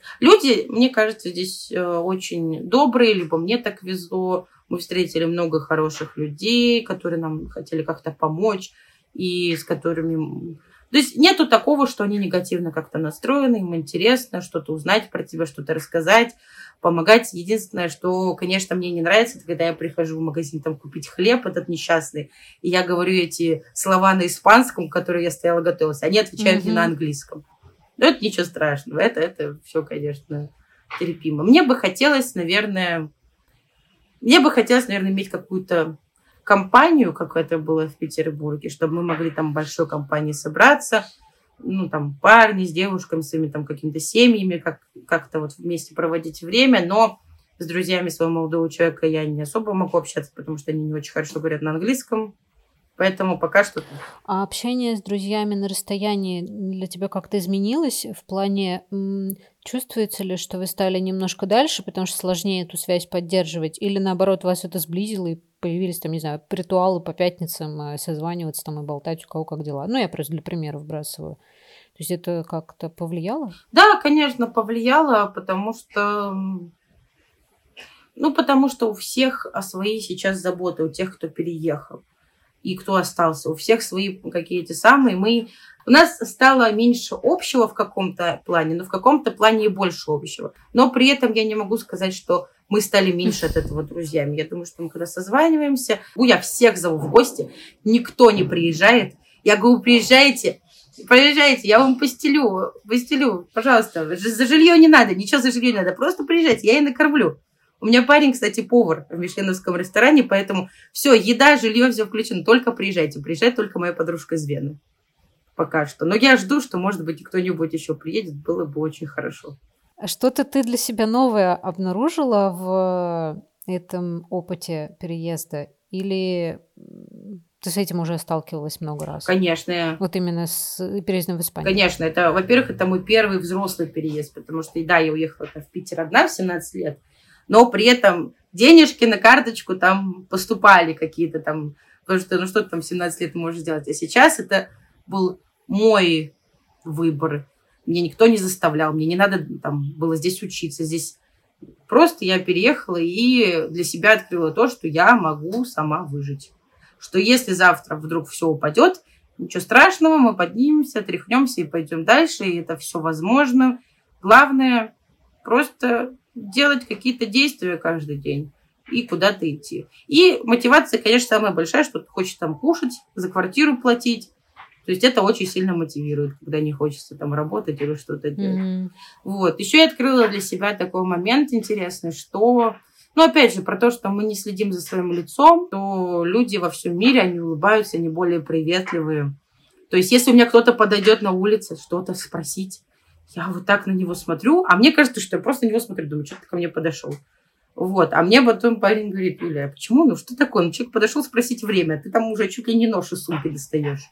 Люди, мне кажется, здесь очень добрые, либо мне так везло. Мы встретили много хороших людей, которые нам хотели как-то помочь, и с которыми... То есть нету такого, что они негативно как-то настроены, им интересно что-то узнать про тебя, что-то рассказать, помогать. Единственное, что, конечно, мне не нравится, это когда я прихожу в магазин там купить хлеб этот несчастный, и я говорю эти слова на испанском, которые я стояла готовилась, они отвечают mm-hmm. мне на английском. Но это ничего страшного, это, это все, конечно, терпимо. Мне бы хотелось, наверное, мне бы хотелось, наверное, иметь какую-то компанию, как это было в Петербурге, чтобы мы могли там большой компанией собраться, ну, там, парни с девушками, своими там какими-то семьями, как, как-то вот вместе проводить время, но с друзьями своего молодого человека я не особо могу общаться, потому что они не очень хорошо говорят на английском, поэтому пока что... А общение с друзьями на расстоянии для тебя как-то изменилось? В плане, м, чувствуется ли, что вы стали немножко дальше, потому что сложнее эту связь поддерживать? Или наоборот, вас это сблизило и появились там, не знаю, ритуалы по пятницам э, созваниваться там и болтать, у кого как дела? Ну, я просто для примера вбрасываю. То есть это как-то повлияло? Да, конечно, повлияло, потому что... Ну, потому что у всех свои сейчас заботы, у тех, кто переехал. И кто остался. У всех свои какие-то самые. Мы... У нас стало меньше общего в каком-то плане, но в каком-то плане и больше общего. Но при этом я не могу сказать, что мы стали меньше от этого друзьями. Я думаю, что мы когда созваниваемся, ну, я всех зову в гости, никто не приезжает. Я говорю, приезжайте, приезжайте, я вам постелю, постелю, пожалуйста. За жилье не надо, ничего за жилье не надо, просто приезжайте, я и накормлю. У меня парень, кстати, повар в мишленовском ресторане, поэтому все, еда, жилье, все включено. Только приезжайте. Приезжает только моя подружка из Вены. Пока что. Но я жду, что, может быть, кто-нибудь еще приедет. Было бы очень хорошо. А что-то ты для себя новое обнаружила в этом опыте переезда? Или ты с этим уже сталкивалась много раз? Конечно. Вот именно с переездом в Испанию. Конечно. Это, во-первых, это мой первый взрослый переезд. Потому что, да, я уехала в Питер одна в семнадцать лет. Но при этом денежки на карточку там поступали какие-то там, потому что, ну что ты там в семнадцать лет можешь сделать. А сейчас это был мой выбор. Меня никто не заставлял, мне не надо там было здесь учиться. Здесь просто я переехала и для себя открыла то, что я могу сама выжить. Что если завтра вдруг все упадет, ничего страшного, мы поднимемся, тряхнемся и пойдем дальше, и это все возможно. Главное просто... делать какие-то действия каждый день и куда-то идти. И мотивация, конечно, самая большая, что ты хочешь там кушать, за квартиру платить. То есть это очень сильно мотивирует, когда не хочется там работать или что-то делать. Mm-hmm. Вот. Еще я открыла для себя такой момент интересный, что... Ну, опять же, про то, что мы не следим за своим лицом, то люди во всем мире, они улыбаются, они более приветливые. То есть если у меня кто-то подойдет на улице, что-то спросить, я вот так на него смотрю, а мне кажется, что я просто на него смотрю, думаю, что ты ко мне подошел. Вот. А мне потом парень говорит, Юля, а почему? Ну, что такое? Ну, человек подошел спросить время, ты там уже чуть ли не нож из сумки достаешь.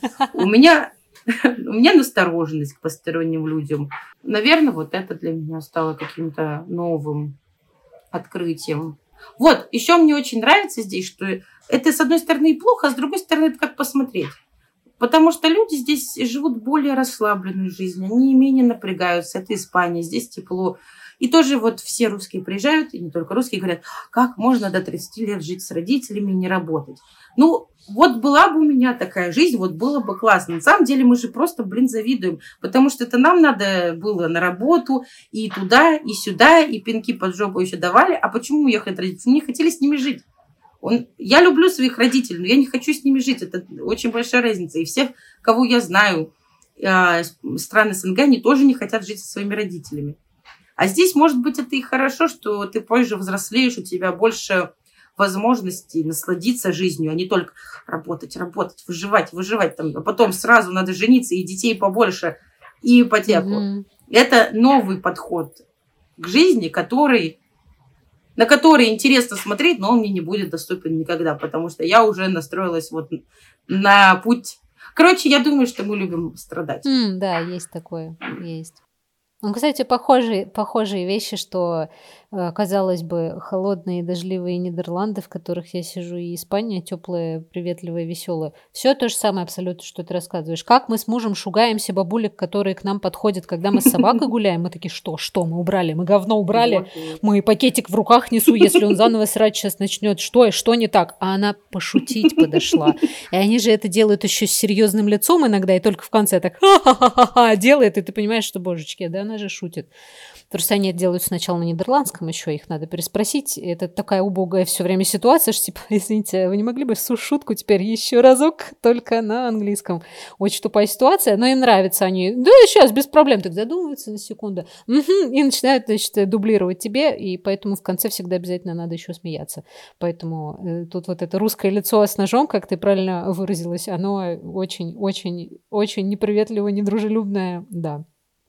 У меня, у меня настороженность к посторонним людям. Наверное, вот это для меня стало каким-то новым открытием. Вот, еще мне очень нравится здесь, что это, с одной стороны, и плохо, а с другой стороны, это как посмотреть. Потому что люди здесь живут более расслабленную жизнь, они менее напрягаются. Это Испания, здесь тепло. И тоже вот все русские приезжают, и не только русские, говорят, как можно до тридцати лет жить с родителями и не работать. Ну, вот была бы у меня такая жизнь, вот было бы классно. На самом деле мы же просто, блин, завидуем, потому что это нам надо было на работу, и туда, и сюда, и пинки под жопу еще давали. А почему уехали от родителей? Мы не хотели с ними жить. Он... Я люблю своих родителей, но я не хочу с ними жить. Это очень большая разница. И всех, кого я знаю, э, страны СНГ, они тоже не хотят жить со своими родителями. А здесь, может быть, это и хорошо, что ты позже взрослеешь, у тебя больше возможностей насладиться жизнью, а не только работать, работать, выживать, выживать. Там, а потом сразу надо жениться, и детей побольше, и ипотеку. Mm-hmm. Это новый подход к жизни, который... на который интересно смотреть, но он мне не будет доступен никогда, потому что я уже настроилась вот на путь. Короче, я думаю, что мы любим страдать. Mm, да, есть такое, есть. Ну, кстати, похожие, похожие вещи, что э, казалось бы, холодные и дождливые Нидерланды, в которых я сижу, и Испания теплая, приветливая, веселая. Все то же самое абсолютно, что ты рассказываешь. Как мы с мужем шугаемся бабулек, которые к нам подходят, когда мы с собакой гуляем, мы такие, что, что, мы убрали, мы говно убрали, мы пакетик в руках несу, если он заново срать сейчас начнет, что, что не так? А она пошутить подошла. И они же это делают еще с серьезным лицом иногда, и только в конце так ха-ха-ха-ха делает, и ты понимаешь, что, божечки, да она же шутит. Просто они это делают сначала на нидерландском еще, их надо переспросить. Это такая убогая все время ситуация, что типа, извините, вы не могли бы шутку теперь еще разок, только на английском. Очень тупая ситуация, но им нравится. Они, да, сейчас, без проблем, так задумываются на секунду. Угу, и начинают, значит, дублировать тебе, и поэтому в конце всегда обязательно надо еще смеяться. Поэтому э, тут вот это русское лицо с ножом, как ты правильно выразилась, оно очень-очень-очень неприветливое, недружелюбное, да.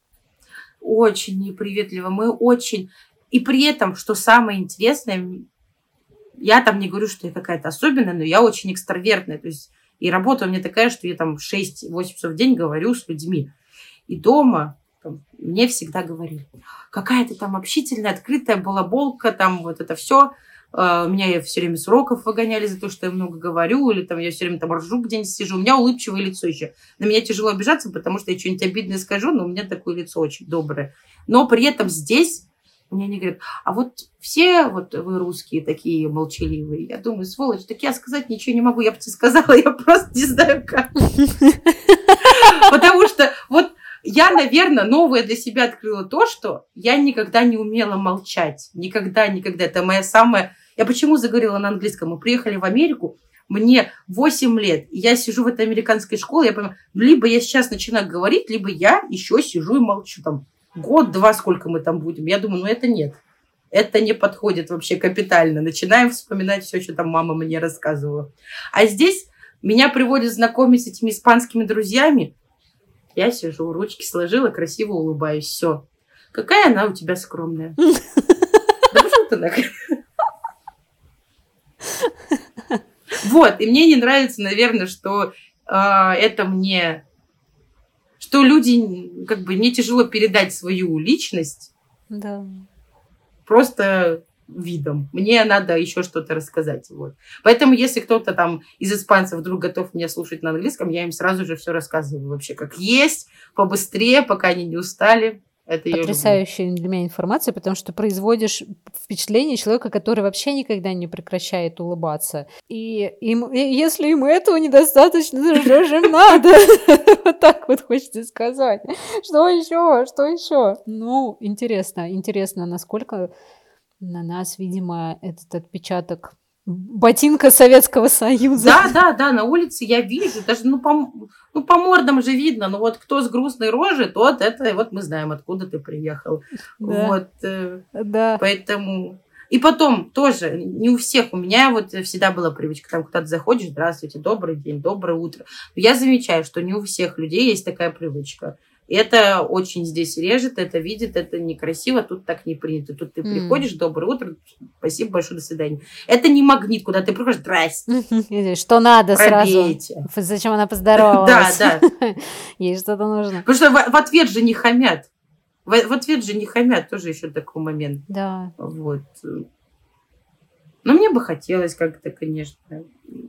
Очень неприветливо. Мы очень... И при этом, что самое интересное, я там не говорю, что я какая-то особенная, но я очень экстравертная. То есть и работа у меня такая, что я там шесть-восемь часов в день говорю с людьми. И дома там, мне всегда говорили, какая ты там общительная, открытая балаболка, там вот это все. Меня все время с уроков выгоняли за то, что я много говорю, или там я все время там ржу где-нибудь сижу. У меня улыбчивое лицо еще. На меня тяжело обижаться, потому что я что-нибудь обидное скажу, но у меня такое лицо очень доброе. Но при этом здесь мне они говорят, а вот все вот вы русские такие молчаливые. Я думаю, сволочь, так я сказать ничего не могу. Я бы тебе сказала, я просто не знаю как. Потому что вот я, наверное, новое для себя открыла то, что я никогда не умела молчать. Никогда, никогда. Это моя самая... Я почему заговорила на английском? Мы приехали в Америку, мне восемь лет, и я сижу в этой американской школе, я понимаю, либо я сейчас начинаю говорить, либо я еще сижу и молчу. Там год-два, сколько мы там будем. Я думаю, ну это нет. Это не подходит вообще капитально. Начинаем вспоминать все, что там мама мне рассказывала. А здесь меня приводят знакомить с этими испанскими друзьями. Я сижу, ручки сложила, красиво улыбаюсь. Все. Какая она у тебя скромная. Да пошел ты нахрен. Вот. И мне не нравится, наверное, что э, это мне... Что люди... Как бы мне тяжело передать свою личность. Да. Просто видом. Мне надо еще что-то рассказать. Вот. Поэтому, если кто-то там из испанцев вдруг готов меня слушать на английском, я им сразу же все рассказываю вообще как есть, побыстрее, пока они не устали. Это потрясающая для меня информация, потому что производишь впечатление человека, который вообще никогда не прекращает улыбаться. И, им, и если ему этого недостаточно, то что же им надо? Вот так вот хочется сказать. Что еще? Что еще? Ну, интересно, интересно, насколько на нас, видимо, этот отпечаток ботинка Советского Союза. Да, да, да, на улице я вижу, даже ну по, ну, по мордам же видно, ну вот кто с грустной рожей, тот это, вот мы знаем, откуда ты приехал. Да. Вот, да. Поэтому... И потом тоже, не у всех, у меня вот всегда была привычка, там куда-то заходишь, здравствуйте, добрый день, доброе утро. Но я замечаю, что не у всех людей есть такая привычка. И это очень здесь режет, это видит, это некрасиво, тут так не принято. Тут ты mm. приходишь, доброе утро, спасибо большое, до свидания. Это не магнит, куда ты приходишь, здрасте. Что надо пробейте. Сразу. Зачем она поздоровалась? Да, да. Ей что-то нужно. Потому что в, в ответ же не хамят. В, в ответ же не хамят, тоже еще такой момент. Да. Вот. Но мне бы хотелось как-то, конечно,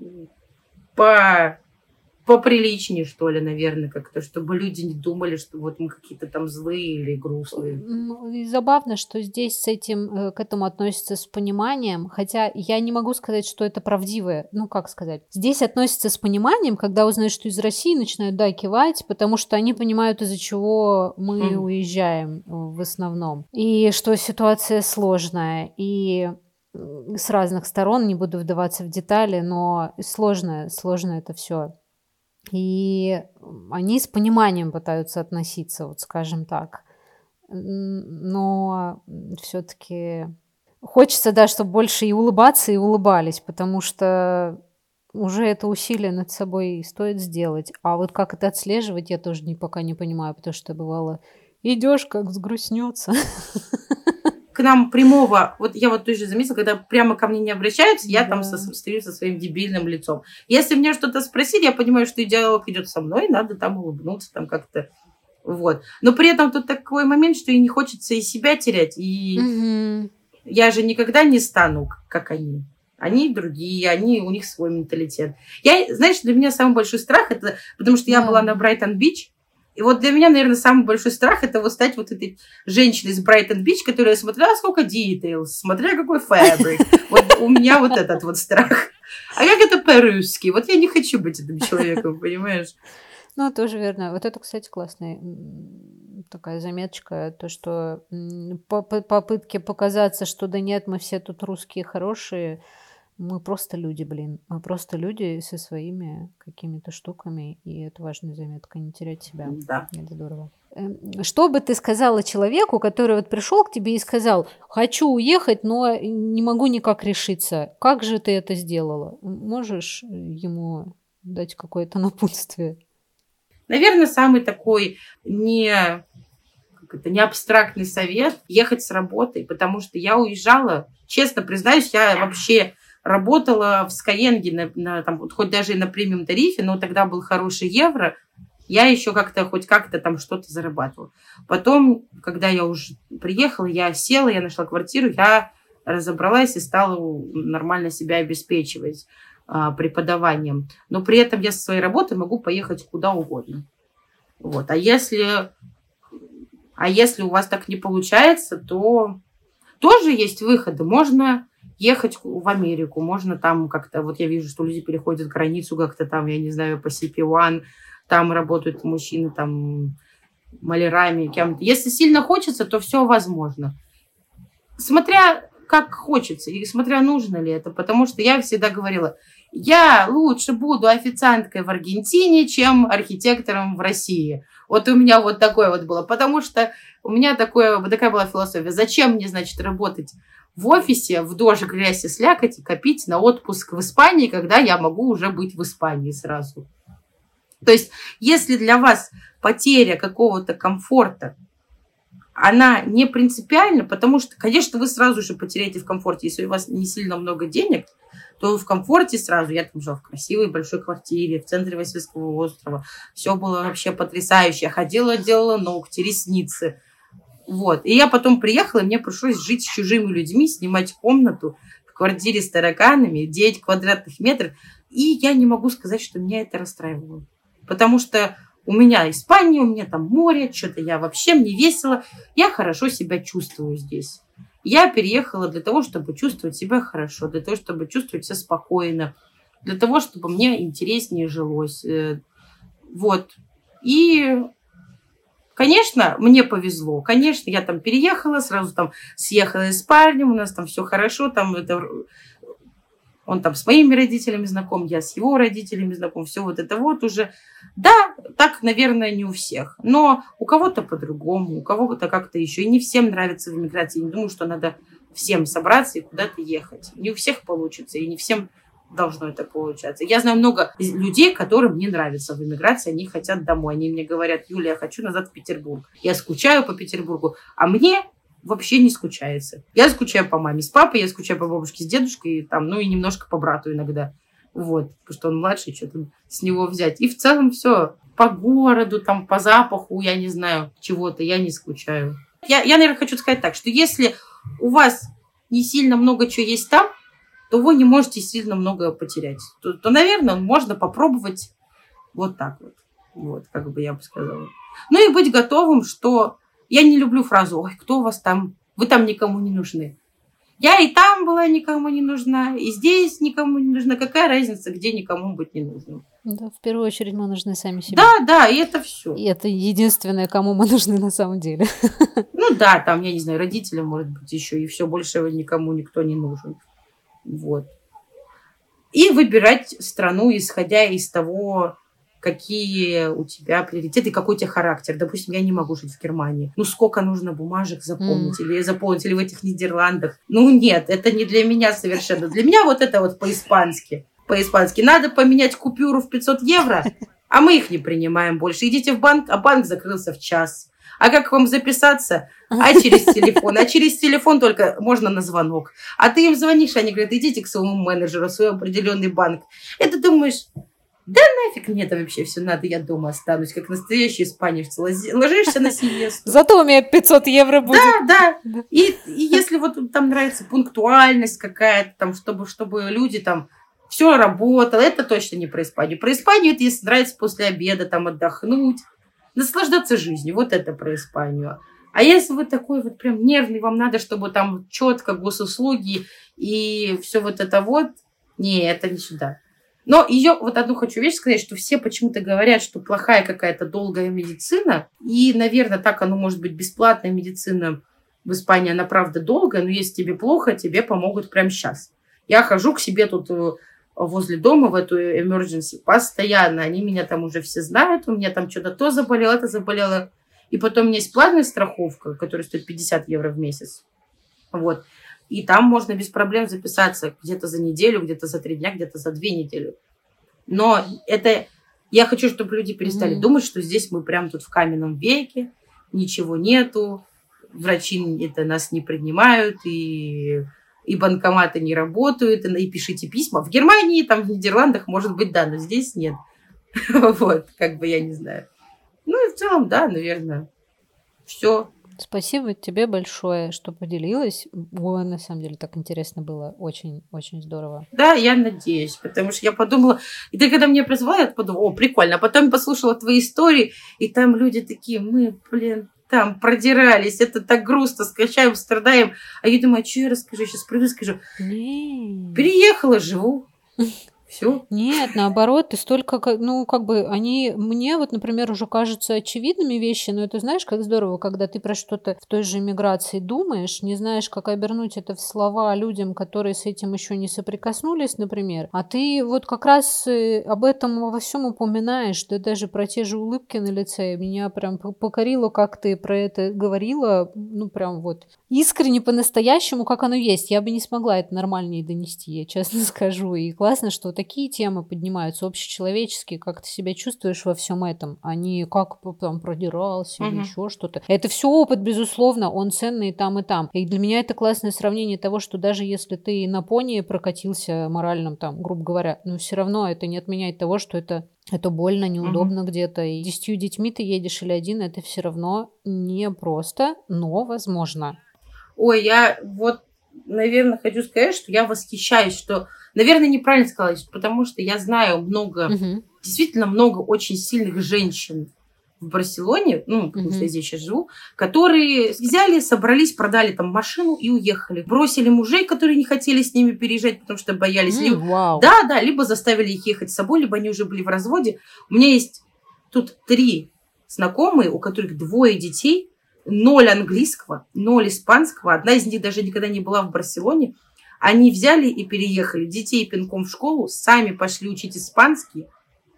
по... поприличнее, что ли, наверное, как-то, чтобы люди не думали, что вот мы какие-то там злые или грустные. И забавно, что здесь с этим, к этому относятся с пониманием, хотя я не могу сказать, что это правдивое, ну, как сказать. Здесь относятся с пониманием, когда узнают, что из России, начинают, да, кивать, потому что они понимают, из-за чего мы mm. уезжаем в основном. И что ситуация сложная, и с разных сторон, не буду вдаваться в детали, но сложно, сложно это все. И они с пониманием пытаются относиться, вот скажем так. Но все-таки хочется, да, чтобы больше и улыбаться, и улыбались, потому что уже это усилие над собой стоит сделать. А вот как это отслеживать, я тоже не, пока не понимаю, потому что бывало, идешь, как взгрустнется. К нам прямого, вот я вот тоже заметила, когда прямо ко мне не обращаются, я да. там со, стою со своим дебильным лицом. Если меня что-то спросили, я понимаю, что диалог идет со мной, надо там улыбнуться, там как-то, вот. Но при этом тут такой момент, что и не хочется и себя терять, и, Я же никогда не стану, как они. Они другие, они, у них свой менталитет. Я, знаешь, для меня самый большой страх, это потому что я да. была на Брайтон-Бич, и вот для меня, наверное, самый большой страх, это вот стать вот этой женщиной из Брайтон-Бич, которая смотрела, сколько details, смотря какой фабрик. Вот у меня вот этот вот страх. А как это по-русски? Вот я не хочу быть этим человеком, понимаешь? Ну, тоже верно. Вот это, кстати, классная такая заметочка, то, что по попытке показаться, что да нет, мы все тут русские хорошие, мы просто люди, блин. Мы просто люди со своими какими-то штуками, и это важная заметка, не терять себя. Да. Это здорово. Что бы ты сказала человеку, который вот пришел к тебе и сказал, хочу уехать, но не могу никак решиться. Как же ты это сделала? Можешь ему дать какое-то напутствие? Наверное, самый такой не, как это, не абстрактный совет – ехать с работой, потому что я уезжала, честно признаюсь, я вообще работала в Skyeng, на, на, там, хоть даже и на премиум тарифе, но тогда был хороший евро, я еще как-то хоть как-то там что-то зарабатывала. Потом, когда я уже приехала, я села, я нашла квартиру, я разобралась и стала нормально себя обеспечивать а, преподаванием. Но при этом я со своей работы могу поехать куда угодно. Вот. А если, а если у вас так не получается, то тоже есть выходы. Можно ехать в Америку, можно там как-то, вот я вижу, что люди переходят границу как-то там, я не знаю, по си пи один, там работают мужчины, там, малярами, кем-то. Если сильно хочется, то все возможно. Смотря как хочется, и смотря нужно ли это, потому что я всегда говорила, я лучше буду официанткой в Аргентине, чем архитектором в России. Вот у меня вот такое вот было, потому что у меня такое, такая была философия. Зачем мне, значит, работать в офисе, в дождь, грязь и слякоть, и копить на отпуск в Испании, когда я могу уже быть в Испании сразу. То есть, если для вас потеря какого-то комфорта, она не принципиальна, потому что, конечно, вы сразу же потеряете в комфорте. Если у вас не сильно много денег, то в комфорте сразу. Я там жила в красивой большой квартире в центре Васильского острова. Все было вообще потрясающе. Я ходила, делала ногти, ресницы. Вот. И я потом приехала, и мне пришлось жить с чужими людьми, снимать комнату в квартире с тараканами, девять квадратных метров. И я не могу сказать, что меня это расстраивало. Потому что у меня Испания, у меня там море, что-то я вообще, мне весело. Я хорошо себя чувствую здесь. Я переехала для того, чтобы чувствовать себя хорошо, для того, чтобы чувствовать себя спокойно, для того, чтобы мне интереснее жилось. Вот. И, конечно, мне повезло. Конечно, я там переехала, сразу там съехала с парнем, у нас там все хорошо, там это... Он там с моими родителями знаком, я с его родителями знаком, все вот это вот уже. Да, так, наверное, не у всех. Но у кого-то по-другому, у кого-то как-то еще. И не всем нравится в эмиграции. Не думаю, что надо всем собраться и куда-то ехать. Не у всех получится, и не всем должно это получаться. Я знаю много людей, которым не нравится в эмиграции, они хотят домой. Они мне говорят, Юля, я хочу назад в Петербург. Я скучаю по Петербургу. А мне... вообще не скучается. Я скучаю по маме с папой, я скучаю по бабушке с дедушкой, там, ну и немножко по брату иногда. Вот, потому что он младший, что-то с него взять. И в целом все. По городу, там, по запаху, я не знаю, чего-то, я не скучаю. Я, я, наверное, хочу сказать так, что если у вас не сильно много чего есть там, то вы не можете сильно много потерять. То, то наверное, можно попробовать вот так вот. Вот, как бы я бы сказала. Ну и быть готовым, что... Я не люблю фразу «Ой, кто у вас там? Вы там никому не нужны». Я и там была никому не нужна, и здесь никому не нужна. Какая разница, где никому быть не нужно? Да, в первую очередь мы нужны сами себе. Да, да, и это все. И это единственное, кому мы нужны на самом деле. Ну да, там, я не знаю, родителям, может быть, еще, и все, больше никому никто не нужен. Вот. И выбирать страну, исходя из того... какие у тебя приоритеты, какой у тебя характер. Допустим, я не могу жить в Германии. Ну, сколько нужно бумажек заполнить, mm. или заполнить, или в этих Нидерландах. Ну, нет, это не для меня совершенно. Для меня вот это вот по-испански. По-испански. Надо поменять купюру в пятьсот евро, а мы их не принимаем больше. Идите в банк, а банк закрылся в час. А как вам записаться? А через телефон. А через телефон только можно на звонок. А ты им звонишь, они говорят, идите к своему менеджеру, в свой определенный банк. И ты думаешь... Да нафиг мне это вообще все надо, я дома останусь, как настоящий испанец. Ложишься на сиесту. Зато у меня пятьсот евро будет. Да, да. И, и если вот там нравится пунктуальность какая-то, там, чтобы, чтобы люди там все работало, это точно не про Испанию. Про Испанию это если нравится после обеда там отдохнуть, наслаждаться жизнью. Вот это про Испанию. А если вы такой вот прям нервный, вам надо, чтобы там четко госуслуги и все вот это вот, не, это не сюда. Но ее, вот одну хочу вещь сказать, что все почему-то говорят, что плохая какая-то долгая медицина, и, наверное, так оно может быть, бесплатная медицина в Испании, она правда долгая, но если тебе плохо, тебе помогут прямо сейчас. Я хожу к себе тут возле дома в эту emergency постоянно, они меня там уже все знают, у меня там что-то то заболело, это заболело, и потом у меня есть платная страховка, которая стоит пятьдесят евро в месяц, вот. И там можно без проблем записаться где-то за неделю, где-то за три дня, где-то за две недели. Но это... Я хочу, чтобы люди перестали mm-hmm. думать, что здесь мы прям тут в каменном веке, ничего нету, врачи это нас не принимают, и, и банкоматы не работают, и, и пишите письма. В Германии, там, в Нидерландах, может быть, да, но здесь нет. Вот, как бы я не знаю. Ну и в целом, да, наверное, все. Спасибо тебе большое, что поделилась. Ой, на самом деле так интересно было. Очень-очень здорово. Да, я надеюсь, потому что я подумала... И ты когда меня призвала, я подумала, о, прикольно. А потом послушала твои истории, и там люди такие, мы, блин, там продирались, это так грустно, скачаем, страдаем. А я думаю, а что я расскажу? Сейчас приду и скажу. Не. Переехала, живу. Все. Нет, наоборот, ты столько, ну, как бы, они мне вот, например, уже кажутся очевидными вещи, но это, знаешь, как здорово, когда ты про что-то в той же миграции думаешь, не знаешь, как обернуть это в слова людям, которые с этим еще не соприкоснулись, например, а ты вот как раз об этом во всем упоминаешь, да даже про те же улыбки на лице, меня прям покорило, как ты про это говорила, ну, прям вот искренне, по-настоящему, как оно есть. Я бы не смогла это нормальнее донести, я честно скажу, и классно, что такие темы поднимаются, общечеловеческие, как ты себя чувствуешь во всем этом, а не как там продирался или Мгм. еще что-то. Это все опыт, безусловно, он ценный и там, и там. И для меня это классное сравнение того, что даже если ты на пони прокатился моральном, там, грубо говоря, но все равно это не отменяет того, что это это больно, неудобно где-то. И с десятью детьми ты едешь или один, это все равно не просто, но возможно. Ой, я вот, наверное, хочу сказать, что я восхищаюсь, что, наверное, неправильно сказала, потому что я знаю много, Мгм. действительно много очень сильных женщин в Барселоне, ну, потому Мгм. что я здесь сейчас живу, которые взяли, собрались, продали там машину и уехали. Бросили мужей, которые не хотели с ними переезжать, потому что боялись. М, Либо- Вау. Да, да, либо заставили их ехать с собой, либо они уже были в разводе. У меня есть тут три знакомые, у которых двое детей, ноль английского, ноль испанского. Одна из них даже никогда не была в Барселоне. Они взяли и переехали. Детей пинком в школу, сами пошли учить испанский.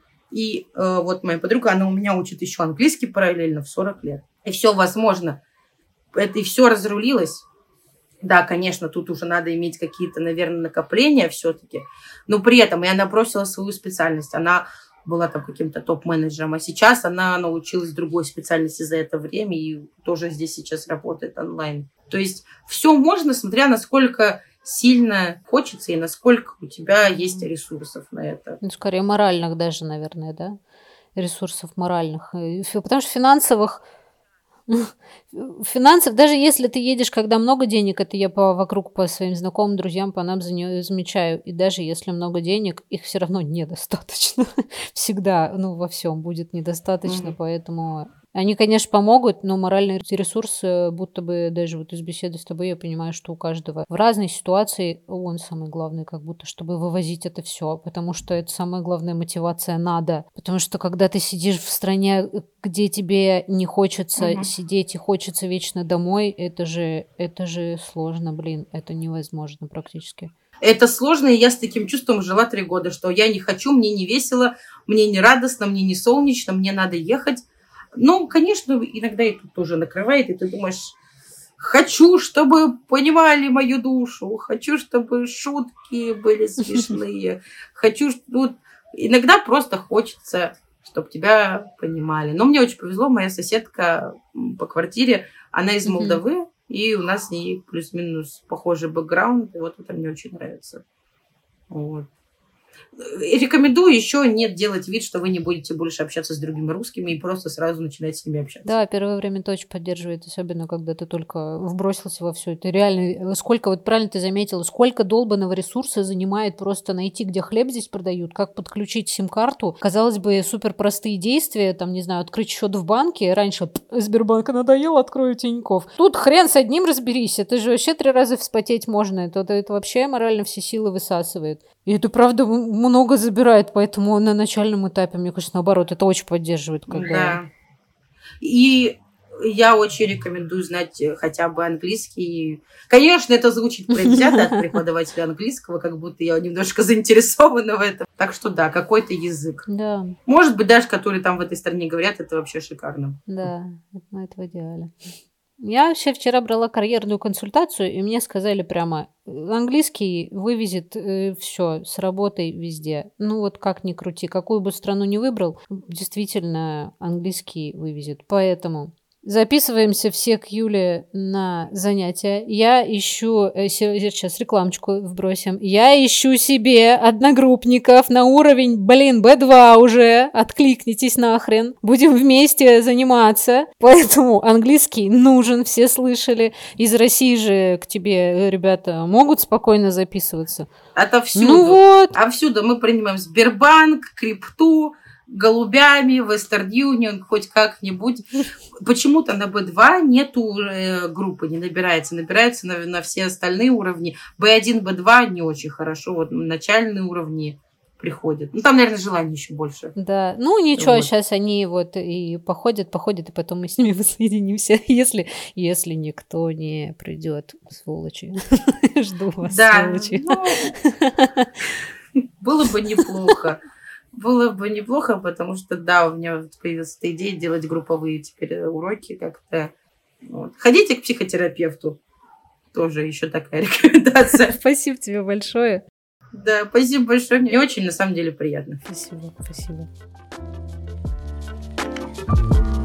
И э, вот моя подруга, она у меня учит еще английский параллельно в сорок лет. И все возможно. Это и все разрулилось. Да, конечно, тут уже надо иметь какие-то, наверное, накопления все-таки. Но при этом и она бросила свою специальность. Она была там каким-то топ-менеджером. А сейчас она научилась другой специальности за это время и тоже здесь сейчас работает онлайн. То есть все можно, смотря насколько сильно хочется и насколько у тебя есть ресурсов на это. Ну, скорее моральных даже, наверное, да? Ресурсов моральных. И фи- Потому что финансовых... Финансов, даже если ты едешь, когда много денег, это я по вокруг по своим знакомым, друзьям, по нам за нее замечаю. И даже если много денег, их все равно недостаточно. Всегда, ну, во всем будет недостаточно, Мгм. поэтому они, конечно, помогут, но моральный ресурс, э, будто бы даже вот из беседы с тобой я понимаю, что у каждого в разной ситуации он самый главный, как будто, чтобы вывозить это все, потому что это самая главная мотивация надо. Потому что когда ты сидишь в стране, э, где тебе не хочется Мгм. сидеть и хочется вечно домой, это же, это же сложно, блин, это невозможно практически. Это сложно, и я с таким чувством жила три года, что я не хочу, мне не весело, мне не радостно, мне не солнечно, мне надо ехать. Ну, конечно, иногда и тут тоже накрывает, и ты думаешь, хочу, чтобы понимали мою душу, хочу, чтобы шутки были смешные, хочу, ш- вот, иногда просто хочется, чтобы тебя понимали. Но мне очень повезло, моя соседка м, по квартире, она из Мгм. Молдовы, и у нас с ней плюс-минус похожий бэкграунд, и вот это мне очень нравится. Вот. Рекомендую еще не делать вид, что вы не будете больше общаться с другими русскими и просто сразу начинать с ними общаться. Да, первое время это очень поддерживает, особенно когда ты только вбросился во все это. Реально, сколько, вот правильно ты заметила, сколько долбанного ресурса занимает просто найти, где хлеб здесь продают, как подключить сим-карту. Казалось бы, супер простые действия, там, не знаю, открыть счет в банке. Раньше Сбербанка надоело, открою Тинькофф. Тут хрен с одним разберись, это же вообще три раза вспотеть можно. Это, это вообще морально все силы высасывает. И это, правда, много забирает, поэтому на начальном этапе, мне кажется, наоборот, это очень поддерживает. Когда... Да. И я очень рекомендую знать хотя бы английский. Конечно, это звучит предвзято от преподавателя английского, как будто я немножко заинтересована в этом. Так что да, какой-то язык. Да. Может быть, даже который там в этой стране говорят, это вообще шикарно. Да, ну это в идеале. Я вообще вчера брала карьерную консультацию, и мне сказали прямо, английский вывезет э, все с работой везде. Ну вот как ни крути, какую бы страну ни выбрал, действительно английский вывезет. Поэтому записываемся все к Юле на занятия. Я ищу, сейчас рекламочку вбросим, я ищу себе одногруппников на уровень, блин, бэ два уже, откликнитесь нахрен, будем вместе заниматься. Поэтому английский нужен, все слышали. Из России же к тебе ребята могут спокойно записываться. Отовсюду. Ну вот. Отовсюду мы принимаем Сбербанк, Крипту, голубями, Western Union, хоть как-нибудь. Почему-то на бэ два нету э, группы, не набирается. Набирается на, на все остальные уровни. бэ один, бэ два не очень хорошо. Вот начальные уровни приходят. Ну, там, наверное, желание еще больше. Да, ну ничего, вот. Сейчас они вот и походят, походят, и потом мы с ними воссоединимся, если, если никто не придет, сволочи. Жду вас, сволочи. Было бы неплохо. Было бы неплохо, потому что, да, у меня появилась эта идея делать групповые теперь уроки как-то. Вот. Ходите к психотерапевту. Тоже еще такая рекомендация. Спасибо тебе большое. Да, спасибо большое. Мне очень, на самом деле, приятно. Спасибо, спасибо.